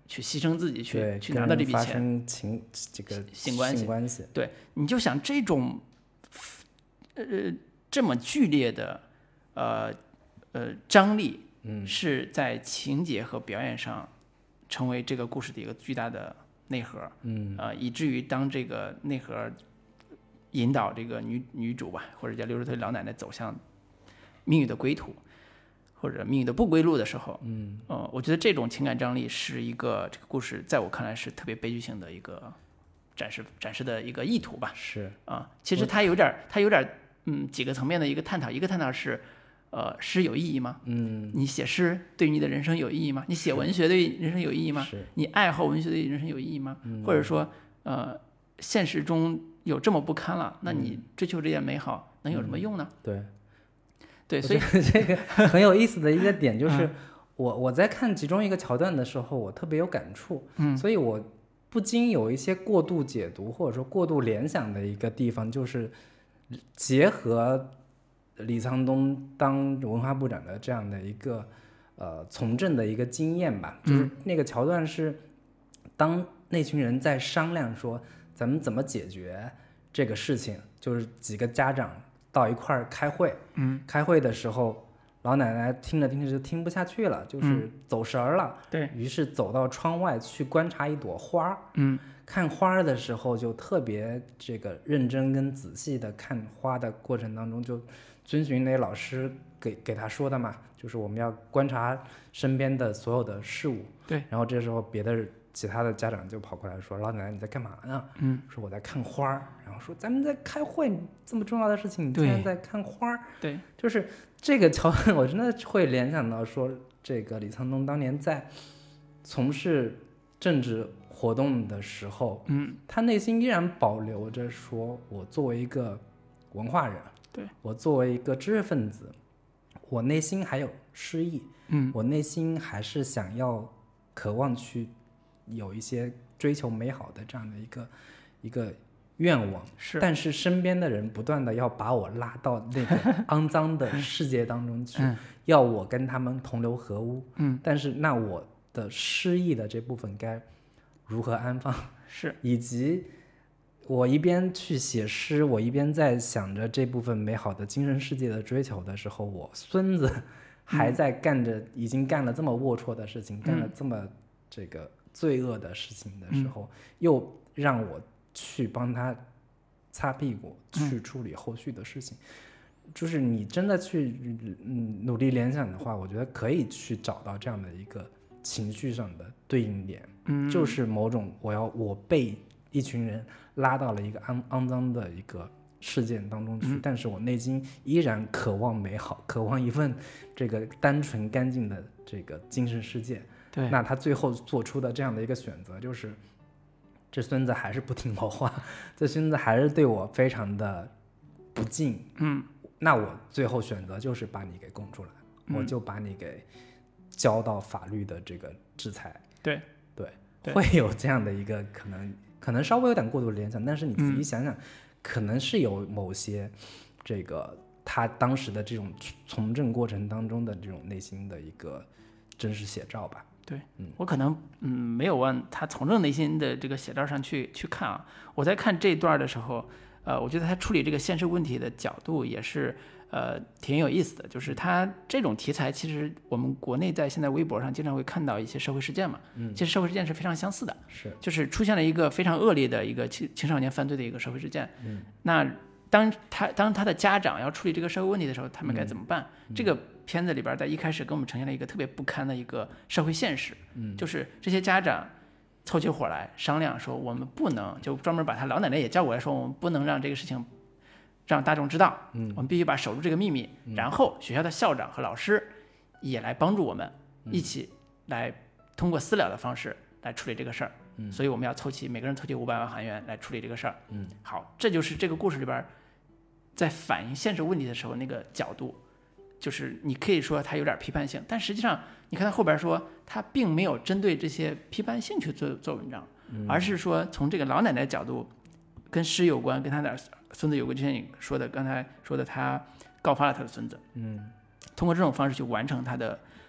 去牺牲自己去对去拿到这笔钱， 发生情这个性关系性关系， 对，你就想这种呃这么剧烈的呃呃张力， 嗯， 是在情节和表演上成为这个故事的一个巨大的内核， 嗯， 呃，以至于当这个内核引导这个女女主吧，或者叫六十岁老奶奶走向命运的归途，或者命运的不归路的时候， 嗯， 呃，我觉得这种情感张力是一个这个故事在我看来是特别悲剧性的一个展示展示的一个意图吧。 是啊，其实它有点它有点嗯几个层面的一个探讨，一个探讨是，呃，诗有意义吗？ 嗯， 你写诗对你的人生有意义吗？你写文学对人生有意义吗？ 是你爱好文学对人生有意义吗？ 嗯、 或者说，呃，现实中有这么不堪了，那你追求这些美好能有什么用呢？ 嗯、对。 对，所以这个很有意思的一个点就是，我我在看其中一个桥段的时候，我特别有感触， 嗯， 所以我不禁有一些过度解读或者说过度联想的一个地方，就是结合李沧东当文化部长的这样的一个呃从政的一个经验吧，就是那个桥段是当那群人在商量说咱们怎么解决这个事情，就是几个家长到一块儿开会， 嗯， 开会的时候，老奶奶听着听着就听不下去了，就是走神儿了， 对于是走到窗外去观察一朵花， 嗯， 看花的时候就特别这个认真跟仔细的看花的过程当中，就遵循那老师给给他说的嘛，就是我们要观察身边的所有的事物， 对， 然后这时候别的其他的家长就跑过来说：“老奶奶你在干嘛呢？” 嗯， 说我在看花儿。然后说咱们在开会，这么重要的事情，你竟然在看花儿。 对， 就是这个桥段，我真的会联想到说，这个李沧东当年在从事政治活动的时候， 嗯， 他内心依然保留着说，我作为一个文化人， 对， 我作为一个知识分子，我内心还有诗意， 嗯， 我内心还是想要渴望去有一些追求美好的这样的一个一个愿望， 是， 但是身边的人不断的要把我拉到那个肮脏的世界当中去， 嗯、 要我跟他们同流合污， 嗯， 但是那我的诗意的这部分该如何安放？ 是， 以及我一边去写诗，我一边在想着这部分美好的精神世界的追求的时候，我孙子还在干着、嗯、已经干了这么龌龊的事情，干了这么这个罪恶的事情的时候， 嗯、 又让我去帮他擦屁股，去处理后续的事情。嗯、就是你真的去嗯努力联想的话，我觉得可以去找到这样的一个情绪上的对应点， 嗯， 就是某种我要我被一群人拉到了一个肮肮脏的一个事件当中去， 嗯、 但是我内心依然渴望美好，渴望一份这个单纯干净的这个精神世界。 对， 那他最后做出的这样的一个选择就是，这孙子还是不听我话，这孙子还是对我非常的不敬。 嗯， 那我最后选择就是把你给供出来， 嗯、 我就把你给交到法律的这个制裁。 对对， 对会有这样的一个可能，可能稍微有点过度联想，但是你仔细想想，嗯、可能是有某些这个他当时的这种从政过程当中的这种内心的一个真实写照吧。 对， 嗯， 我可能嗯没有往他从政内心的这个写照上去去看啊。我在看这一段的时候，呃，我觉得他处理这个现实问题的角度也是呃挺有意思的。就是他这种题材，其实我们国内在现在微博上经常会看到一些社会事件嘛， 嗯， 其实社会事件是非常相似的， 是， 就是出现了一个非常恶劣的一个青青少年犯罪的一个社会事件， 嗯， 那当他当他的家长要处理这个社会问题的时候，他们该怎么办？ 嗯、 这个片子里边在一开始给我们呈现了一个特别不堪的一个社会现实， 嗯， 就是这些家长凑起伙来商量说，我们不能就专门把他老奶奶也叫过来说，我们不能让这个事情让大众知道， 嗯， 我们必须把守住这个秘密， 嗯、 然后学校的校长和老师也来帮助我们， 嗯、 一起来通过私了的方式来处理这个事儿， 嗯， 所以我们要凑齐每个人凑齐五百万韩元来处理这个事儿， 嗯， 好，这就是这个故事里边在反映现实问题的时候那个角度。就是你可以说他有点批判性，但实际上你看他后边说他并没有针对这些批判性去做做文章， 嗯、 而是说从这个老奶奶的角度跟诗有关，跟他的孙子有关，就像你说的刚才说的他告发了他的孙子， 嗯， 通过这种方式去完成他的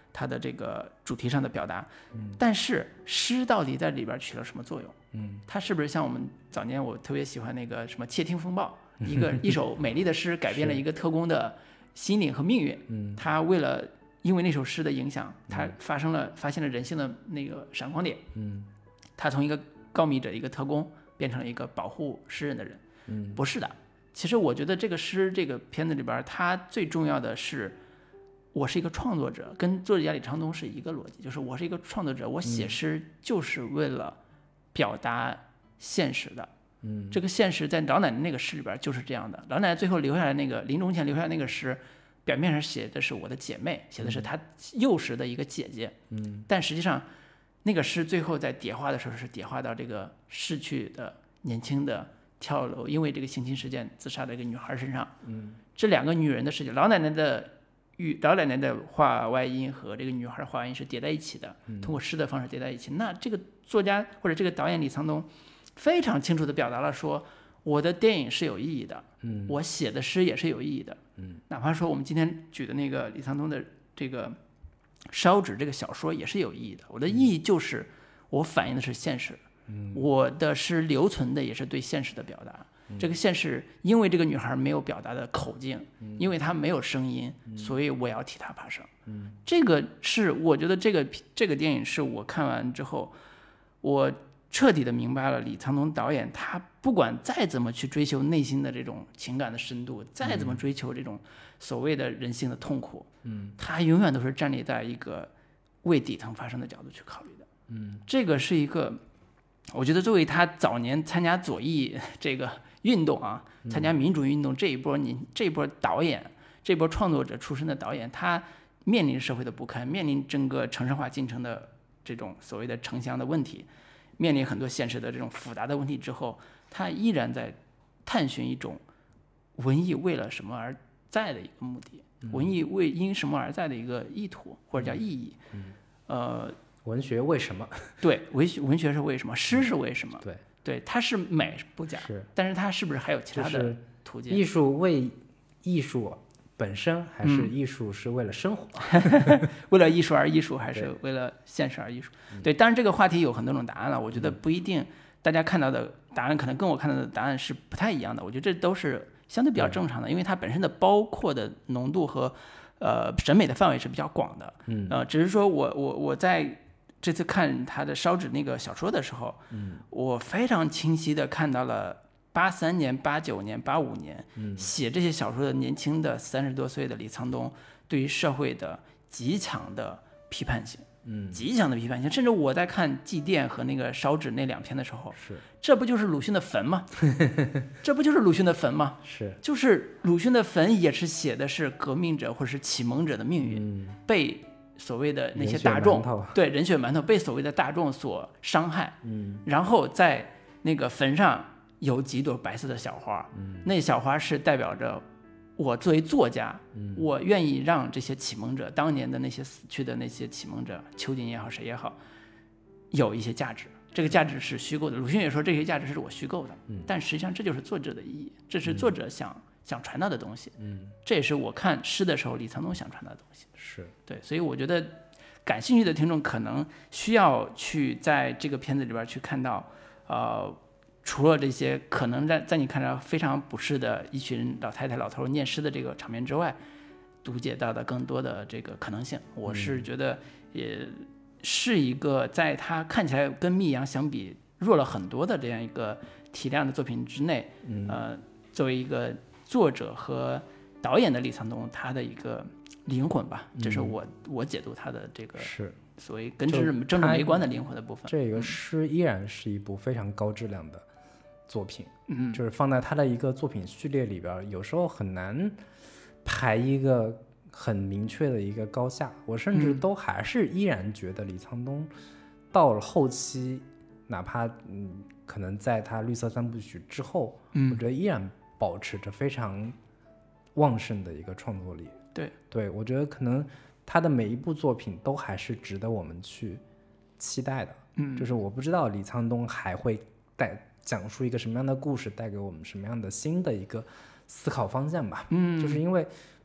它的这个主题上的表达，嗯，但是诗到底在里边起了什么作用？嗯，它是不是像我们早年我特别喜欢那个什么《窃听风暴》，一个一首美丽的诗改变了一个特工的心灵和命运。嗯，他为了因为那首诗的影响，他发生了发现了人性的那个闪光点。嗯，他从一个告密者一个特工变成了一个保护诗人的人。嗯，不是的。其实我觉得这个诗这个片子里边，它最重要的是，我是一个创作者，跟作家李沧东是一个逻辑，就是我是一个创作者，我写诗就是为了表达现实的。嗯，这个现实在老奶奶那个诗里边就是这样的。老奶奶最后留下来那个临终前留下来那个诗，表面上写的是我的姐妹，写的是她幼时的一个姐姐。嗯，但实际上那个诗最后在叠化的时候是叠化到这个逝去的年轻的跳楼因为这个性侵事件自杀的一个女孩身上。嗯，这两个女人的事情，老奶奶的与老奶奶的话外音和这个女孩的话外音是叠在一起的，通过诗的方式叠在一起。那这个作家或者这个导演李沧东非常清楚地表达了说，我的电影是有意义的，嗯，我写的诗也是有意义的，嗯，哪怕说我们今天举的那个李沧东的这个烧纸这个小说也是有意义的。我的意义就是我反映的是现实。我的诗留存的也是对现实的表达，这个现实因为这个女孩没有表达的口径，因为她没有声音，所以我要替她发声。这个是我觉得这个这个电影是我看完之后，我彻底的明白了李沧东导演他不管再怎么去追求内心的这种情感的深度，再怎么追求这种所谓的人性的痛苦，他永远都是站立在一个为底层发生的角度去考虑的。这个是一个我觉得作为他早年参加左翼这个运动啊，参加民主运动这一波您这一波导演，这波创作者出身的导演，他面临社会的不堪，面临整个城市化进程的这种所谓的城乡的问题，面临很多现实的这种复杂的问题之后，他依然在探寻一种文艺为了什么而在的一个目的，文艺为因什么而在的一个意图或者叫意义。呃。 文学为什么？ 对，文学文学是为什么？诗是为什么？ 对， 对，它是美不假， 是， 但是它是不是还有其他的途径？ 艺术为艺术本身，还是艺术是为了生活？ 嗯、为了艺术而艺术，还是为了现实而艺术？对，当然这个话题有很多种答案了，我觉得不一定，大家看到的答案可能跟我看到的答案是不太一样的。我觉得这都是相对比较正常的，因为它本身的包括的浓度和呃审美的范围是比较广的。嗯，呃，只是说我我我在。这次看他的烧纸那个小说的时候，嗯，我非常清晰地看到了八三年、八九年、八五年、嗯、写这些小说的年轻的三十多岁的李沧东对于社会的极强的批判性，嗯，极强的批判性。甚至我在看《祭奠》和那个烧纸那两篇的时候， 是这不就是鲁迅的坟吗？这不就是鲁迅的坟吗？ 是， 就是鲁迅的坟也是写的是革命者或者是启蒙者的命运，嗯、被。所谓的那些大众，对人血馒头被所谓的大众所伤害，嗯，然后在那个坟上有几朵白色的小花，嗯，那小花是代表着我作为作家，嗯，我愿意让这些启蒙者，当年的那些死去的那些启蒙者，秋瑾也好，谁也好，有一些价值。这个价值是虚构的，鲁迅也说这些价值是我虚构的，嗯，但实际上这就是作者的意义，这是作者想、嗯、想传达的东西，嗯，这也是我看诗的时候李沧东想传达的东西。 是对，所以我觉得感兴趣的听众可能需要去在这个片子里边去看到，呃，除了这些可能在在你看来非常不适的一群老太太老头念诗的这个场面之外，读解到的更多的这个可能性。我是觉得也是一个在他看起来跟密阳相比弱了很多的这样一个体量的作品之内，嗯、呃，作为一个作者和导演的李沧东，他的一个灵魂吧，这是我、嗯、我解读他的这个是所谓跟政治政治没关的灵魂的部分。 这个诗依然是一部非常高质量的作品，嗯，就是放在他的一个作品序列里边，有时候很难排一个很明确的一个高下。我甚至都还是依然觉得李沧东到了后期，哪怕嗯可能在他绿色三部曲之后，嗯，我觉得依然保持着非常旺盛的一个创作力。 对对，我觉得可能他的每一部作品都还是值得我们去期待的。嗯，就是我不知道李沧东还会带讲述一个什么样的故事，带给我们什么样的新的一个思考方向吧。嗯，就是因为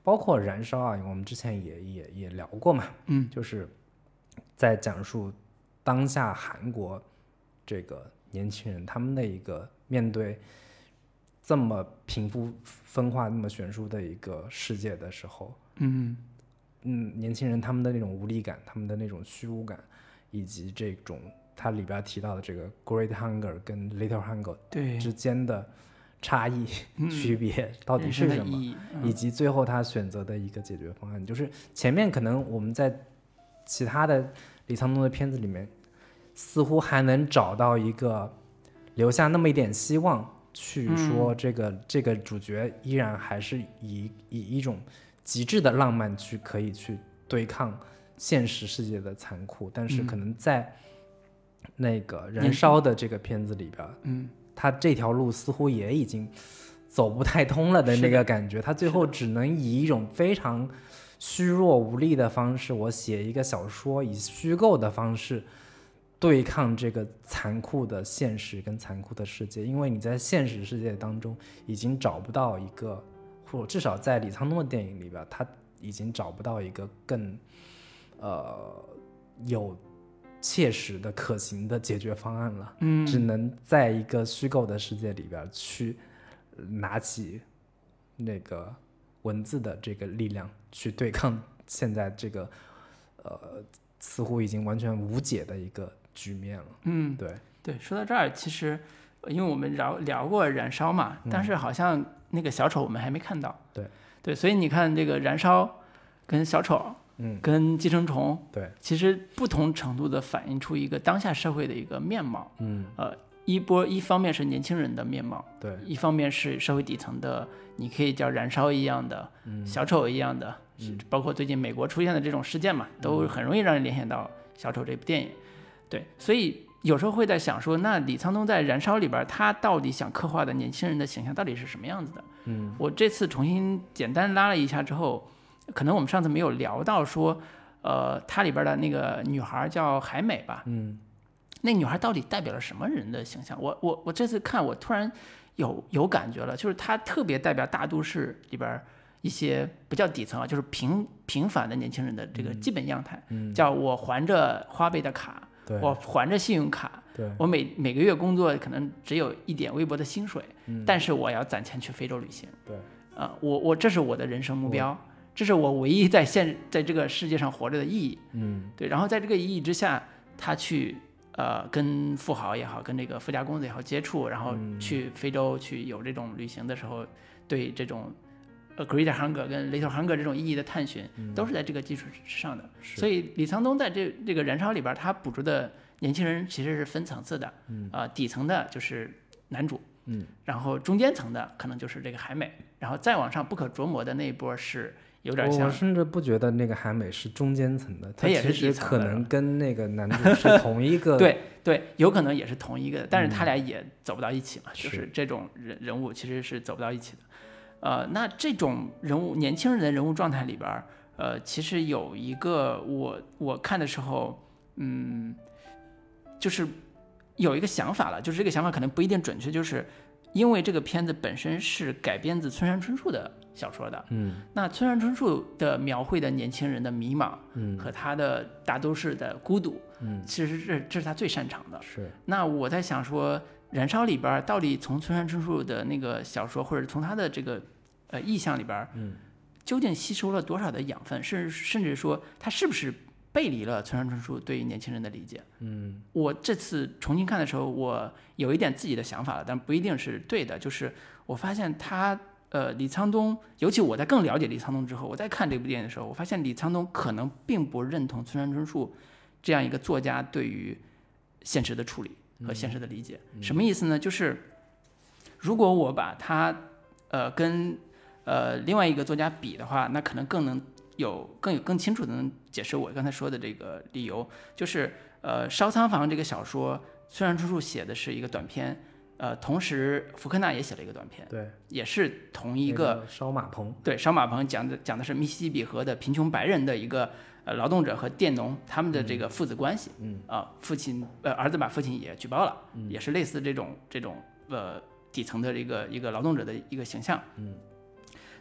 包括燃烧啊，我们之前也也也聊过嘛， 嗯， 就是在讲述当下韩国这个年轻人他们的一个面对这么贫富分化那么悬殊的一个世界的时候， 嗯嗯，年轻人他们的那种无力感，他们的那种虚无感，以及这种它里边提到的这个 Great Hunger 跟 Little Hunger 对之间的差异、 嗯、 区别到底是什么， 以嗯、以及最后他选择的一个解决方案。就是前面可能我们在其他的李沧东的片子里面，似乎还能找到一个留下那么一点希望。去说这个、嗯、这个主角依然还是以以一种极致的浪漫去可以去对抗现实世界的残酷，但是可能在那个燃烧的这个片子里边，嗯，他这条路似乎也已经走不太通了的那个感觉，他最后只能以一种非常虚弱无力的方式，我写一个小说，以虚构的方式。对抗这个残酷的现实跟残酷的世界，因为你在现实世界当中已经找不到一个，或者至少在李沧东的电影里边，他已经找不到一个更呃有切实的可行的解决方案了，嗯，只能在一个虚构的世界里边去拿起那个文字的这个力量去对抗现在这个呃似乎已经完全无解的一个局面了。 嗯， 对对，说到这儿，其实因为我们聊聊过燃烧嘛，但是好像那个小丑我们还没看到。 对、嗯、 对，所以你看这个燃烧跟小丑，嗯，跟寄生虫， 对， 其实不同程度的反映出一个当下社会的一个面貌。 嗯， 呃，一波一方面是年轻人的面貌， 对， 一方面是社会底层的，你可以叫燃烧一样的，嗯、小丑一样的，嗯、包括最近美国出现的这种事件嘛，都很容易让人联想到小丑这部电影。对，所以有时候会在想说，那李沧东在《燃烧》里边，他到底想刻画的年轻人的形象到底是什么样子的？嗯，我这次重新简单拉了一下之后，可能我们上次没有聊到说，呃，它里边的那个女孩叫海美吧？ 嗯， 那女孩到底代表了什么人的形象？我我我这次看，我突然有有感觉了，就是她特别代表大都市里边一些不叫底层啊，就是平平凡的年轻人的这个基本样态， 嗯、 叫我还着花呗的卡。我还着信用卡，我每每个月工作可能只有一点微薄的薪水，嗯、但是我要攒钱去非洲旅行。 对， 呃，我我这是我的人生目标，这是我唯一在现在这个世界上活着的意义。 嗯， 对。然后在这个意义之下，他去呃跟富豪也好，跟这个富家公子也好接触，然后去非洲去有这种旅行的时候，对这种。呃 ，Great Hunger 跟 Little Hunger 这种意义的探寻，嗯、都是在这个基础之上的。所以李沧东在这这个燃烧里边，他捕捉的年轻人其实是分层次的。嗯，呃，底层的就是男主， 嗯， 然后中间层的可能就是这个海美，然后再往上不可琢磨的那一波是有点像。 我甚至不觉得那个海美是中间层的， 他也是其实可能跟那个男主是同一个。 对对，有可能也是同一个，但是他俩也走不到一起嘛，嗯、就是这种人人物其实是走不到一起的。呃，那这种人物年轻人的人物状态里边，呃，其实有一个我我看的时候，嗯，就是有一个想法了，就是这个想法可能不一定准确，就是因为这个片子本身是改编自村上春树的小说的， 嗯， 那村上春树的描绘的年轻人的迷茫，嗯，和他的大都市的孤独，嗯，其实这这是他最擅长的。 是。那我在想说，燃烧里边到底从村上春树的那个小说，或者从他的这个呃意象里边， 嗯， 究竟吸收了多少的养分，甚至甚至说他是不是背离了村上春树对于年轻人的理解？ 嗯， 我这次重新看的时候，我有一点自己的想法了，但不一定是对的。就是我发现他呃李沧东，尤其我在更了解李沧东之后，我在看这部电影的时候，我发现李沧东可能并不认同村上春树这样一个作家对于现实的处理和现实的理解。 嗯、 什么意思呢？就是如果我把他呃跟呃另外一个作家比的话，那可能更能有更有更清楚的能解释我刚才说的这个理由。就是呃烧仓房这个小说，村上春树写的是一个短篇，呃同时福克纳也写了一个短篇， 对， 也是同一个、 那个、烧马棚， 对，烧马棚讲的讲的是密西西比河的贫穷白人的一个呃劳动者和佃农他们的这个父子关系， 嗯啊、呃、父亲呃儿子把父亲也举报了， 嗯、 也是类似这种这种呃底层的一个一个劳动者的一个形象， 嗯。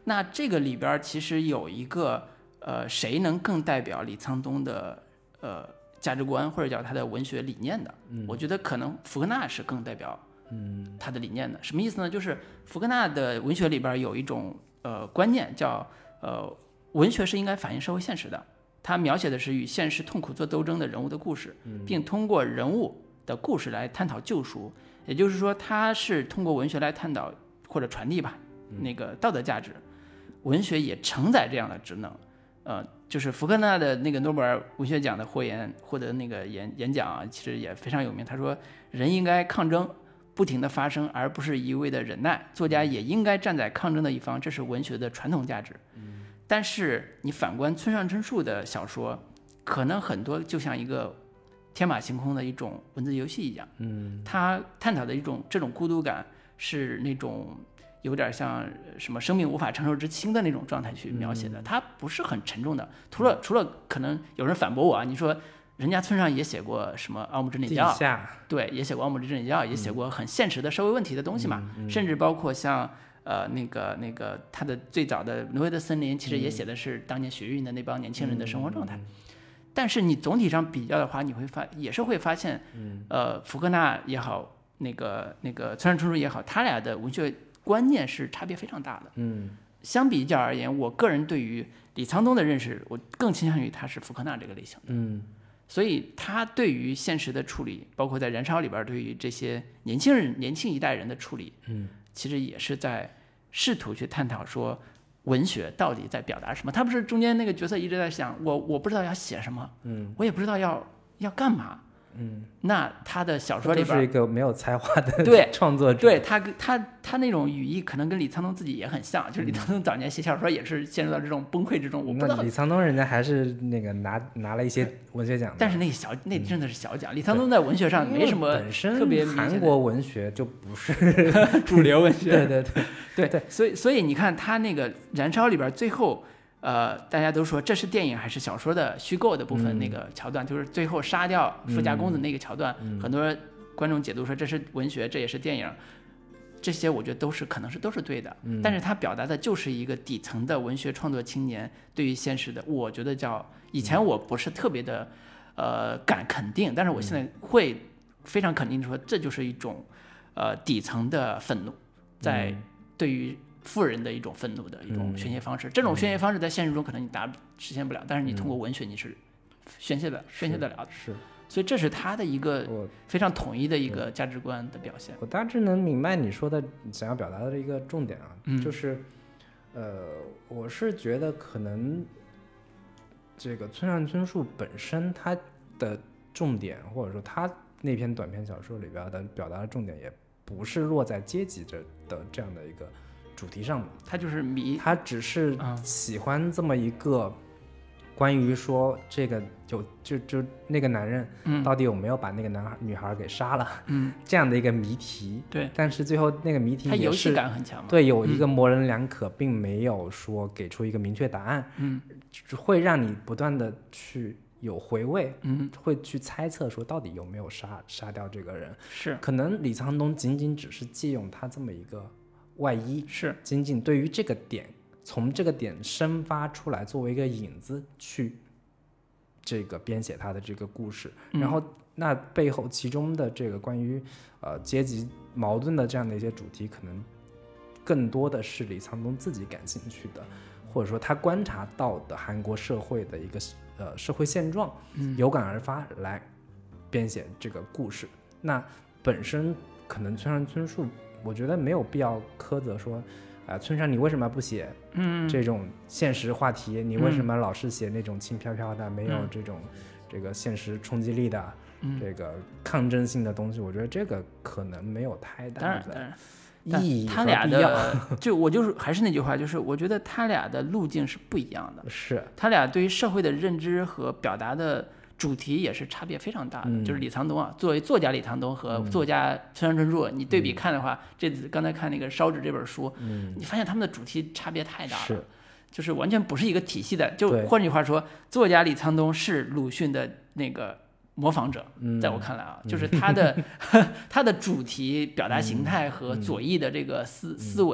那这个里边其实有一个呃，谁能更代表李沧东的呃价值观或者叫他的文学理念的？嗯、我觉得可能福克纳是更代表嗯他的理念的。什么意思呢？就是福克纳的文学里边有一种呃观念叫呃文学是应该反映社会现实的，它描写的是与现实痛苦做斗争的人物的故事，并通过人物的故事来探讨救赎。也就是说，它是通过文学来探讨或者传递吧那个道德价值。文学也承载这样的职能。呃，就是福克纳的那个诺贝尔文学奖的获言获得那个演演讲啊，其实也非常有名。他说，人应该抗争，不停的发生，而不是一味的忍耐。作家也应该站在抗争的一方，这是文学的传统价值。嗯、但是你反观村上春树的小说，可能很多就像一个天马行空的一种文字游戏一样。嗯，他探讨的一种这种孤独感是那种有点像什么生命无法承受之轻的那种状态去描写的，它不是很沉重的。除了除了可能有人反驳我啊，你说人家村上也写过什么《奥姆真理教》，对，也写过《奥姆真理教》，也写过很现实的社会问题的东西嘛，嗯嗯、甚至包括像呃那个那个他的最早的《挪威的森林》，其实也写的是当年学运的那帮年轻人的生活状态。嗯嗯、但是你总体上比较的话，你会发也是会发现，呃，福克纳也好，那个那个村上春树也好，他俩的文学观念是差别非常大的。嗯，相比较而言，我个人对于李沧东的认识，我更倾向于他是福克纳这个类型的。嗯，所以他对于现实的处理，包括在《燃烧》里边对于这些年轻人、年轻一代人的处理，嗯，其实也是在试图去探讨说，文学到底在表达什么。他不是中间那个角色一直在想，我我不知道要写什么，嗯，我也不知道要要干嘛。嗯，那他的小说里边是一个没有才华的对创作者， 对他他他那种语义可能跟李沧东自己也很像，就是李沧东早年写小说也是陷入到这种崩溃之中。我不知道李沧东人家还是那个拿拿了一些文学奖， 但是那小那真的是小奖。嗯、李沧东在文学上没什么特别明显的， 韩国文学就不是主流文学。 对对对对对，所以所以你看他那个《燃烧》里边最后。呃，大家都说这是电影还是小说的虚构的部分，嗯、那个桥段就是最后杀掉富家公子那个桥段，嗯、很多观众解读说这是文学，这也是电影，这些我觉得都是可能是都是对的，嗯、但是他表达的就是一个底层的文学创作青年对于现实的，我觉得叫以前我不是特别的呃敢肯定，但是我现在会非常肯定说这就是一种呃底层的愤怒，在对于富人的一种愤怒的一种宣泄方式，嗯、这种宣泄方式在现实中可能你达实现不了，嗯、但是你通过文学你是宣泄的，嗯、宣泄得了的。 是， 所以这是他的一个非常统一的一个价值观的表现。 我大致能明白你说的想要表达的一个重点啊， 嗯、 就是，呃，我是觉得可能这个村上春树本身他的重点，或者说他那篇短篇小说里边的表达的重点，也不是落在阶级这的这样的一个主题上面， 他就是迷， 他只是喜欢这么一个关于说这个有就就那个男人到底有没有把那个男孩女孩给杀了，嗯，这样的一个谜题。 对， 但是最后那个谜题也是他游戏感很强嘛， 对，有一个模棱两可，嗯、并没有说给出一个明确答案，嗯，会让你不断的去有回味，嗯，会去猜测说到底有没有杀杀掉这个人。 是， 可能李沧东仅仅只是借用他这么一个外衣， 是仅仅对于这个点，从这个点生发出来，作为一个引子去这个编写他的这个故事，嗯、然后那背后其中的这个关于呃阶级矛盾的这样的一些主题，可能更多的是李沧东自己感兴趣的，或者说他观察到的韩国社会的一个呃社会现状，嗯、有感而发来编写这个故事。那本身可能村上春树，我觉得没有必要苛责说，啊、呃，村上你为什么不写这种现实话题？嗯、你为什么老是写那种轻飘飘的，嗯、没有这种这个现实冲击力的，嗯、这个抗争性的东西？我觉得这个可能没有太大的意义和必要。 他俩的就我就是还是那句话，就是我觉得他俩的路径是不一样的。 是， 他俩对于社会的认知和表达的主题也是差别非常大的，嗯、就是李沧东啊，作为作家李沧东和作家村上春树，嗯、你对比看的话，嗯、这次刚才看那个《烧纸》这本书，嗯、你发现他们的主题差别太大了， 是就是完全不是一个体系的。就换句话说，作家李沧东是鲁迅的那个模仿者， 嗯、 在我看来啊，嗯、就是他的他的主题表达形态和左翼的这个思、嗯、思维。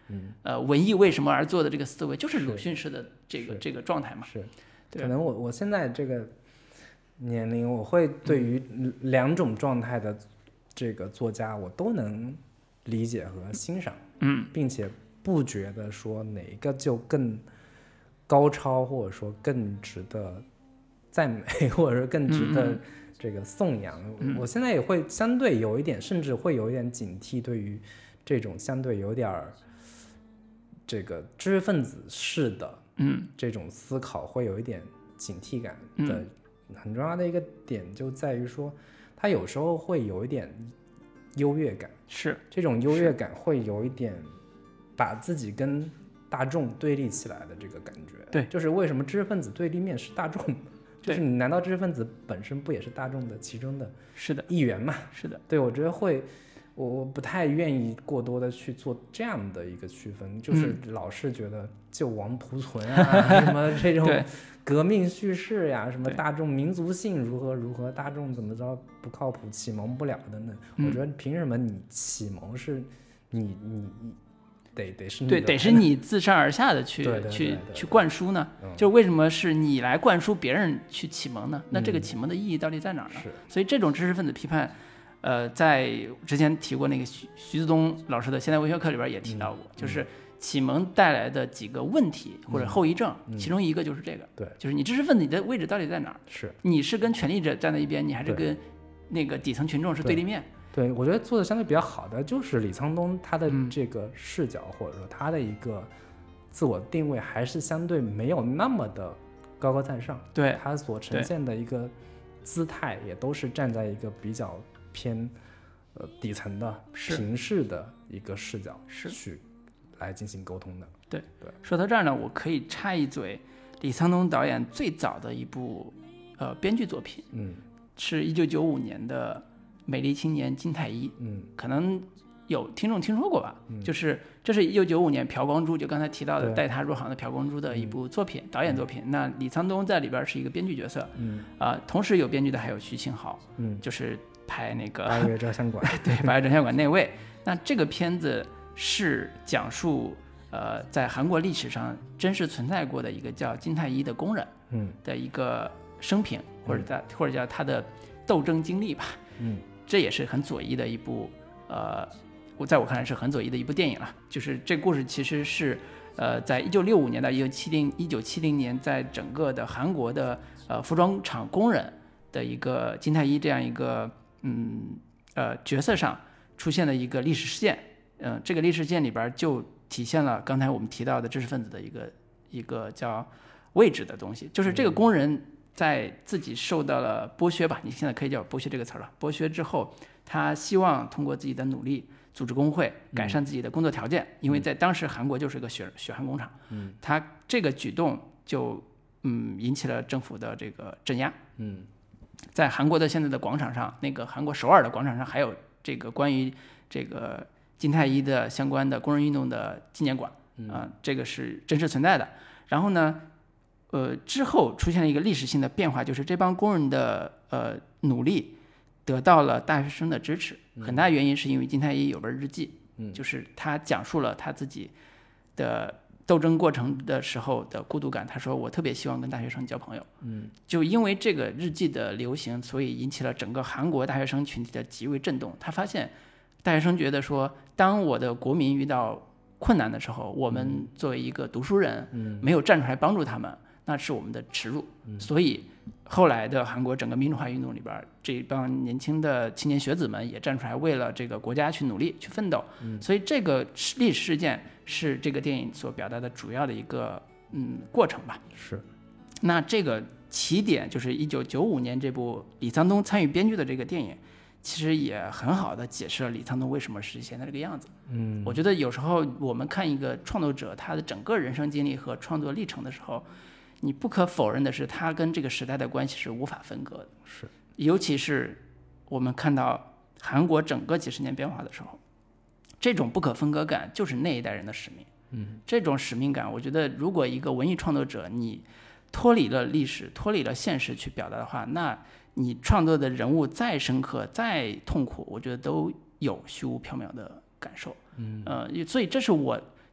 嗯， 呃，文艺为什么而做的这个思维，就是鲁迅式的这个这个状态嘛。 是， 对， 可能我我现在这个年龄，我会对于两种状态的这个作家，我都能理解和欣赏， 嗯， 并且不觉得说哪一个就更高超，或者说更值得赞美，或者说更值得这个颂扬。 嗯、 我现在也会相对有一点，甚至会有一点警惕，对于这种相对有点这个知识分子式的嗯这种思考，会有一点警惕感的。 嗯、 很重要的一个点就在于说，他有时候会有一点优越感， 是这种优越感会有一点把自己跟大众对立起来的这个感觉。 对， 就是为什么知识分子对立面是大众，就是你难道知识分子本身不也是大众的其中的是的一员嘛？ 是的， 对，我觉得会，我我不太愿意过多的去做这样的一个区分，就是老是觉得救亡图存啊， 嗯、 什么这种革命叙事呀，什么大众民族性如何如何，大众怎么着不靠谱，启蒙不了等等。 嗯、 我觉得凭什么你启蒙是你你你得得是你对，得是你自上而下的去对对对对去对去灌输呢？ 嗯、 就是为什么是你来灌输别人去启蒙呢？那这个启蒙的意义到底在哪儿呢？ 是， 所以这种知识分子批判。呃，在之前提过那个徐徐子东老师的现代文学课里边也提到过， 嗯、 就是启蒙带来的几个问题或者后遗症， 嗯、 其中一个就是这个， 对， 就是你知识分子你的位置到底在哪儿？ 是， 你是跟权力者站在一边，你还是跟那个底层群众是对立面？ 对，对我觉得做的相对比较好的就是李沧东他的这个视角，嗯、或者说他的一个自我定位还是相对没有那么的高高在上， 对， 他所呈现的一个姿态也都是站在一个比较偏呃底层的平视的一个视角去来进行沟通的。 对对， 说到这儿呢，我可以插一嘴，李沧东导演最早的一部呃编剧作品， 嗯， 是一九九五年的《美丽青年金太一》， 嗯， 可能有听众听说过吧？ 嗯、 就是这是一九九五年朴光洙，就刚才提到的带他入行的朴光洙的一部作品，嗯、导演作品。那李沧东在里边是一个编剧角色， 嗯啊、呃，同时有编剧的还有徐庆豪， 嗯， 就是拍那个八月照相馆， 对，八月照相馆那位。那这个片子是讲述呃在韩国历史上真实存在过的一个叫金太一的工人，嗯，的一个生平，或者在或者叫他的斗争经历吧， 嗯， 这也是很左翼的一部呃。我在我看来是很左翼的一部电影了，就是这故事其实是，呃，在一九六五年到一九七零一九七零年，在整个的韩国的呃服装厂工人的一个金太一这样一个嗯呃角色上出现的一个历史事件，嗯、呃，这个历史事件里边就体现了刚才我们提到的知识分子的一个一个叫位置的东西，就是这个工人在自己受到了剥削吧，你现在可以叫剥削这个词了，剥削之后，他希望通过自己的努力。组织工会，改善自己的工作条件，嗯、因为在当时韩国就是个血血汗工厂，嗯，他这个举动就嗯引起了政府的这个镇压，嗯，在韩国的现在的广场上，那个韩国首尔的广场上还有这个关于这个金太一的相关的工人运动的纪念馆，啊、嗯呃，这个是真实存在的。然后呢，呃，之后出现了一个历史性的变化，就是这帮工人的呃努力。得到了大学生的支持，很大原因是因为金太一有本日记，嗯，就是他讲述了他自己的斗争过程的时候的孤独感。他说：“我特别希望跟大学生交朋友。”嗯，就因为这个日记的流行，所以引起了整个韩国大学生群体的极为震动。他发现大学生觉得说，当我的国民遇到困难的时候，我们作为一个读书人，嗯，没有站出来帮助他们，那是我们的耻辱。嗯，所以。后来的韩国整个民主化运动里边，这帮年轻的青年学子们也站出来，为了这个国家去努力、去奋斗。嗯，所以这个历史事件是这个电影所表达的主要的一个嗯过程吧。 是。 那这个起点就是一九九五年这部李沧东参与编剧的这个电影，其实也很好的解释了李沧东为什么是现在这个样子。嗯，我觉得有时候我们看一个创作者他的整个人生经历和创作历程的时候。你不可否认的是，他跟这个时代的关系是无法分割的。 是， 尤其是我们看到韩国整个几十年变化的时候，这种不可分割感就是那一代人的使命。嗯，这种使命感，我觉得如果一个文艺创作者你脱离了历史、脱离了现实去表达的话，那你创作的人物再深刻、再痛苦，我觉得都有虚无缥缈的感受。嗯，呃，所以这是我。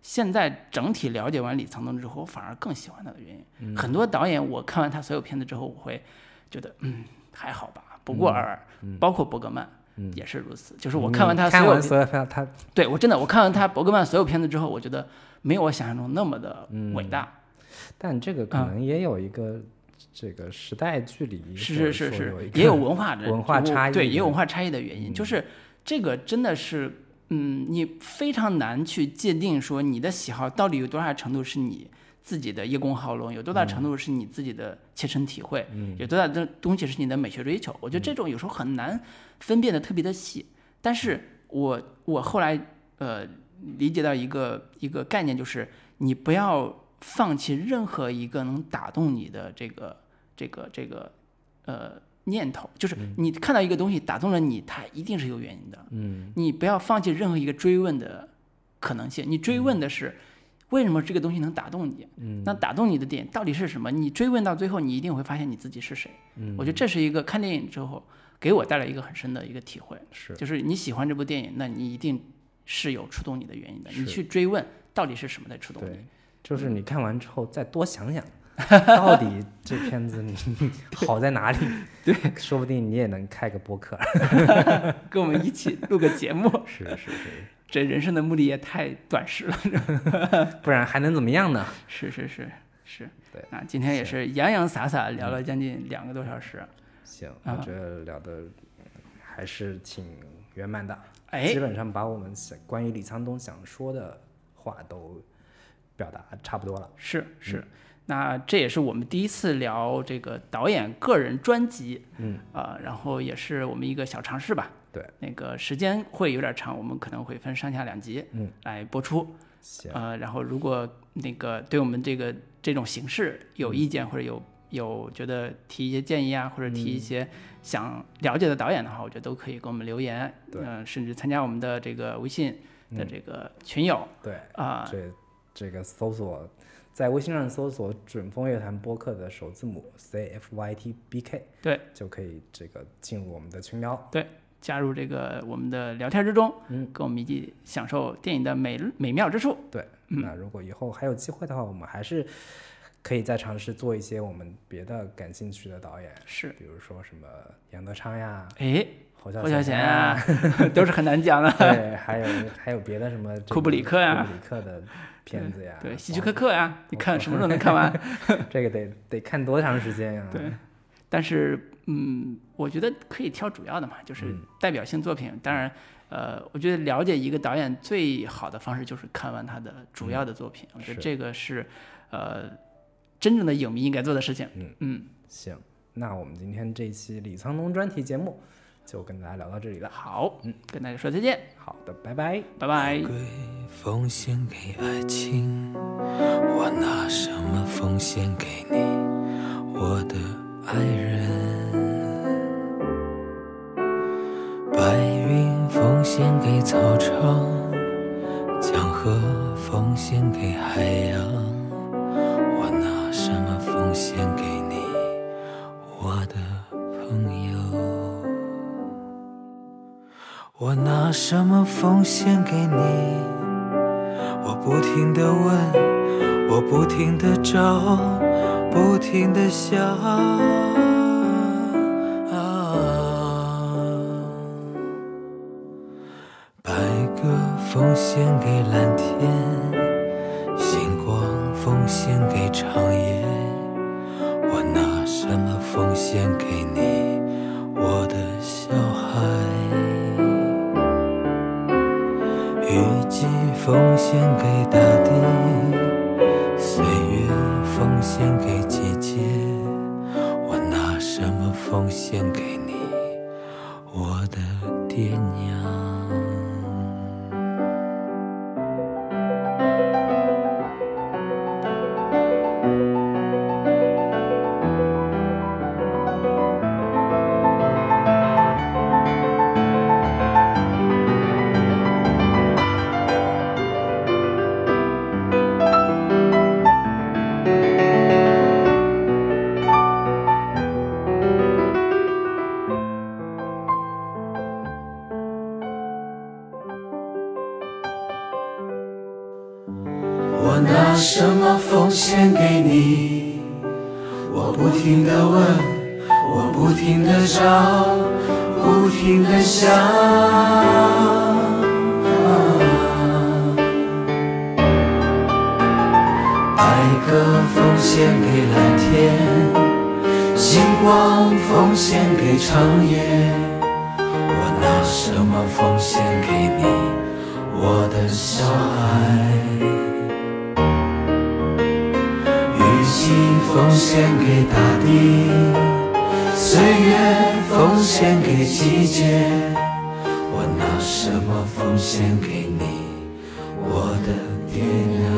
现在整体了解完李沧东之后，我反而更喜欢他的原因。 嗯、 很多导演我看完他所有片子之后，我会觉得嗯还好吧，不过尔尔， 嗯、 包括伯格曼。 嗯、 也是如此，就是我看完他所有看完所有片，他对我真的我看完他伯格曼所有片子之后，我觉得没有我想象中那么的伟大。 嗯、但这个可能也有一个、嗯、这个时代距离， 是是是是，也有文化的文化差异， 对，也有文化差异的原因， 嗯、 就是这个真的是，嗯，你非常难去界定说你的喜好到底有多大程度是你自己的叶公好龙，有多大程度是你自己的切身体会， 嗯、 有多大的东西是你的美学追求。我觉得这种有时候很难分辨的特别的细。但是我我后来呃理解到一个一个概念，就是你不要放弃任何一个能打动你的这个这个这个呃念头，就是你看到一个东西打动了你，它一定是有原因的。 嗯， 你不要放弃任何一个追问的可能性。你追问的是为什么这个东西能打动你？ 嗯， 那打动你的点到底是什么？你追问到最后，你一定会发现你自己是谁。 嗯， 我觉得这是一个看电影之后给我带来一个很深的一个体会， 是就是你喜欢这部电影，那你一定是有触动你的原因的， 你去追问到底是什么在触动你。 对，就是你看完之后再多想想，到底这片子你好在哪里？ 对， 说不定你也能开个播客， 跟我们一起录个节目。 是是是， 这人生的目的也太短视了， 不然还能怎么样呢？ 是是是是， 对啊，今天也是洋洋洒洒聊了将近两个多小时。 行，我觉得聊的还是挺圆满的， 哎， 基本上把我们关于李沧东想说的话都表达差不多了。 是是、嗯，那这也是我们第一次聊这个导演个人专辑， 嗯啊、呃，然后也是我们一个小尝试吧。 对， 那个时间会有点长，我们可能会分上下两集， 嗯， 来播出。 行， 呃，然后如果那个对我们这个这种形式有意见、嗯、或者有。有觉得提一些建议啊，或者提一些想了解的导演的话，嗯、我觉得都可以给我们留言， 对， 呃，甚至参加我们的这个微信的这个群友， 嗯、对啊、呃， 这这个搜索在微信上搜索“准风乐坛”播客的首字母 C F Y T B K， 对， 就可以这个进入我们的群聊， 对，加入这个我们的聊天之中， 嗯， 跟我们一起享受电影的美美妙之处。 对， 嗯、 那如果以后还有机会的话，我们还是。可以再尝试做一些我们别的感兴趣的导演， 是， 比如说什么杨德昌呀， 哎， 侯孝贤贤啊，都是很难讲的。 对，还有还有别的什么库布里克呀， 库布里克的片子呀， 对，希区柯克呀，你看什么时候能看完？ 这个得得看多长时间呀？ 对，但是嗯，我觉得可以挑主要的嘛，就是代表性作品。嗯、当然，呃，我觉得了解一个导演最好的方式就是看完他的主要的作品。 嗯、 我觉得这个是呃。真正的影迷应该做的事情。 嗯嗯， 行，那我们今天这一期李沧东专题节目就跟大家聊到这里了。 好， 嗯， 跟大家说再见。 好的，拜拜， 拜拜。 奉献给爱情，我拿什么奉献给你，我的爱人？白云奉献给草场，江河奉献给海洋。什么奉献给你，我的朋友？我拿什么奉献给你？我不停地问，我不停地找，不停地想。白鸽奉献给蓝天，星光奉献给长夜，我拿什么奉献给你，我的小孩？雨季奉献给大地，岁月奉献给季节，我拿什么奉献给你，我的爹娘？ 什么奉献给你？我不停地问，我不停地找，不停地想，白鸽奉献给蓝天，星光奉献给长夜，我拿什么奉献给你，我的小孩？雨季奉献给大地，岁月奉献给季节，我拿什么奉献给你，我的爹娘？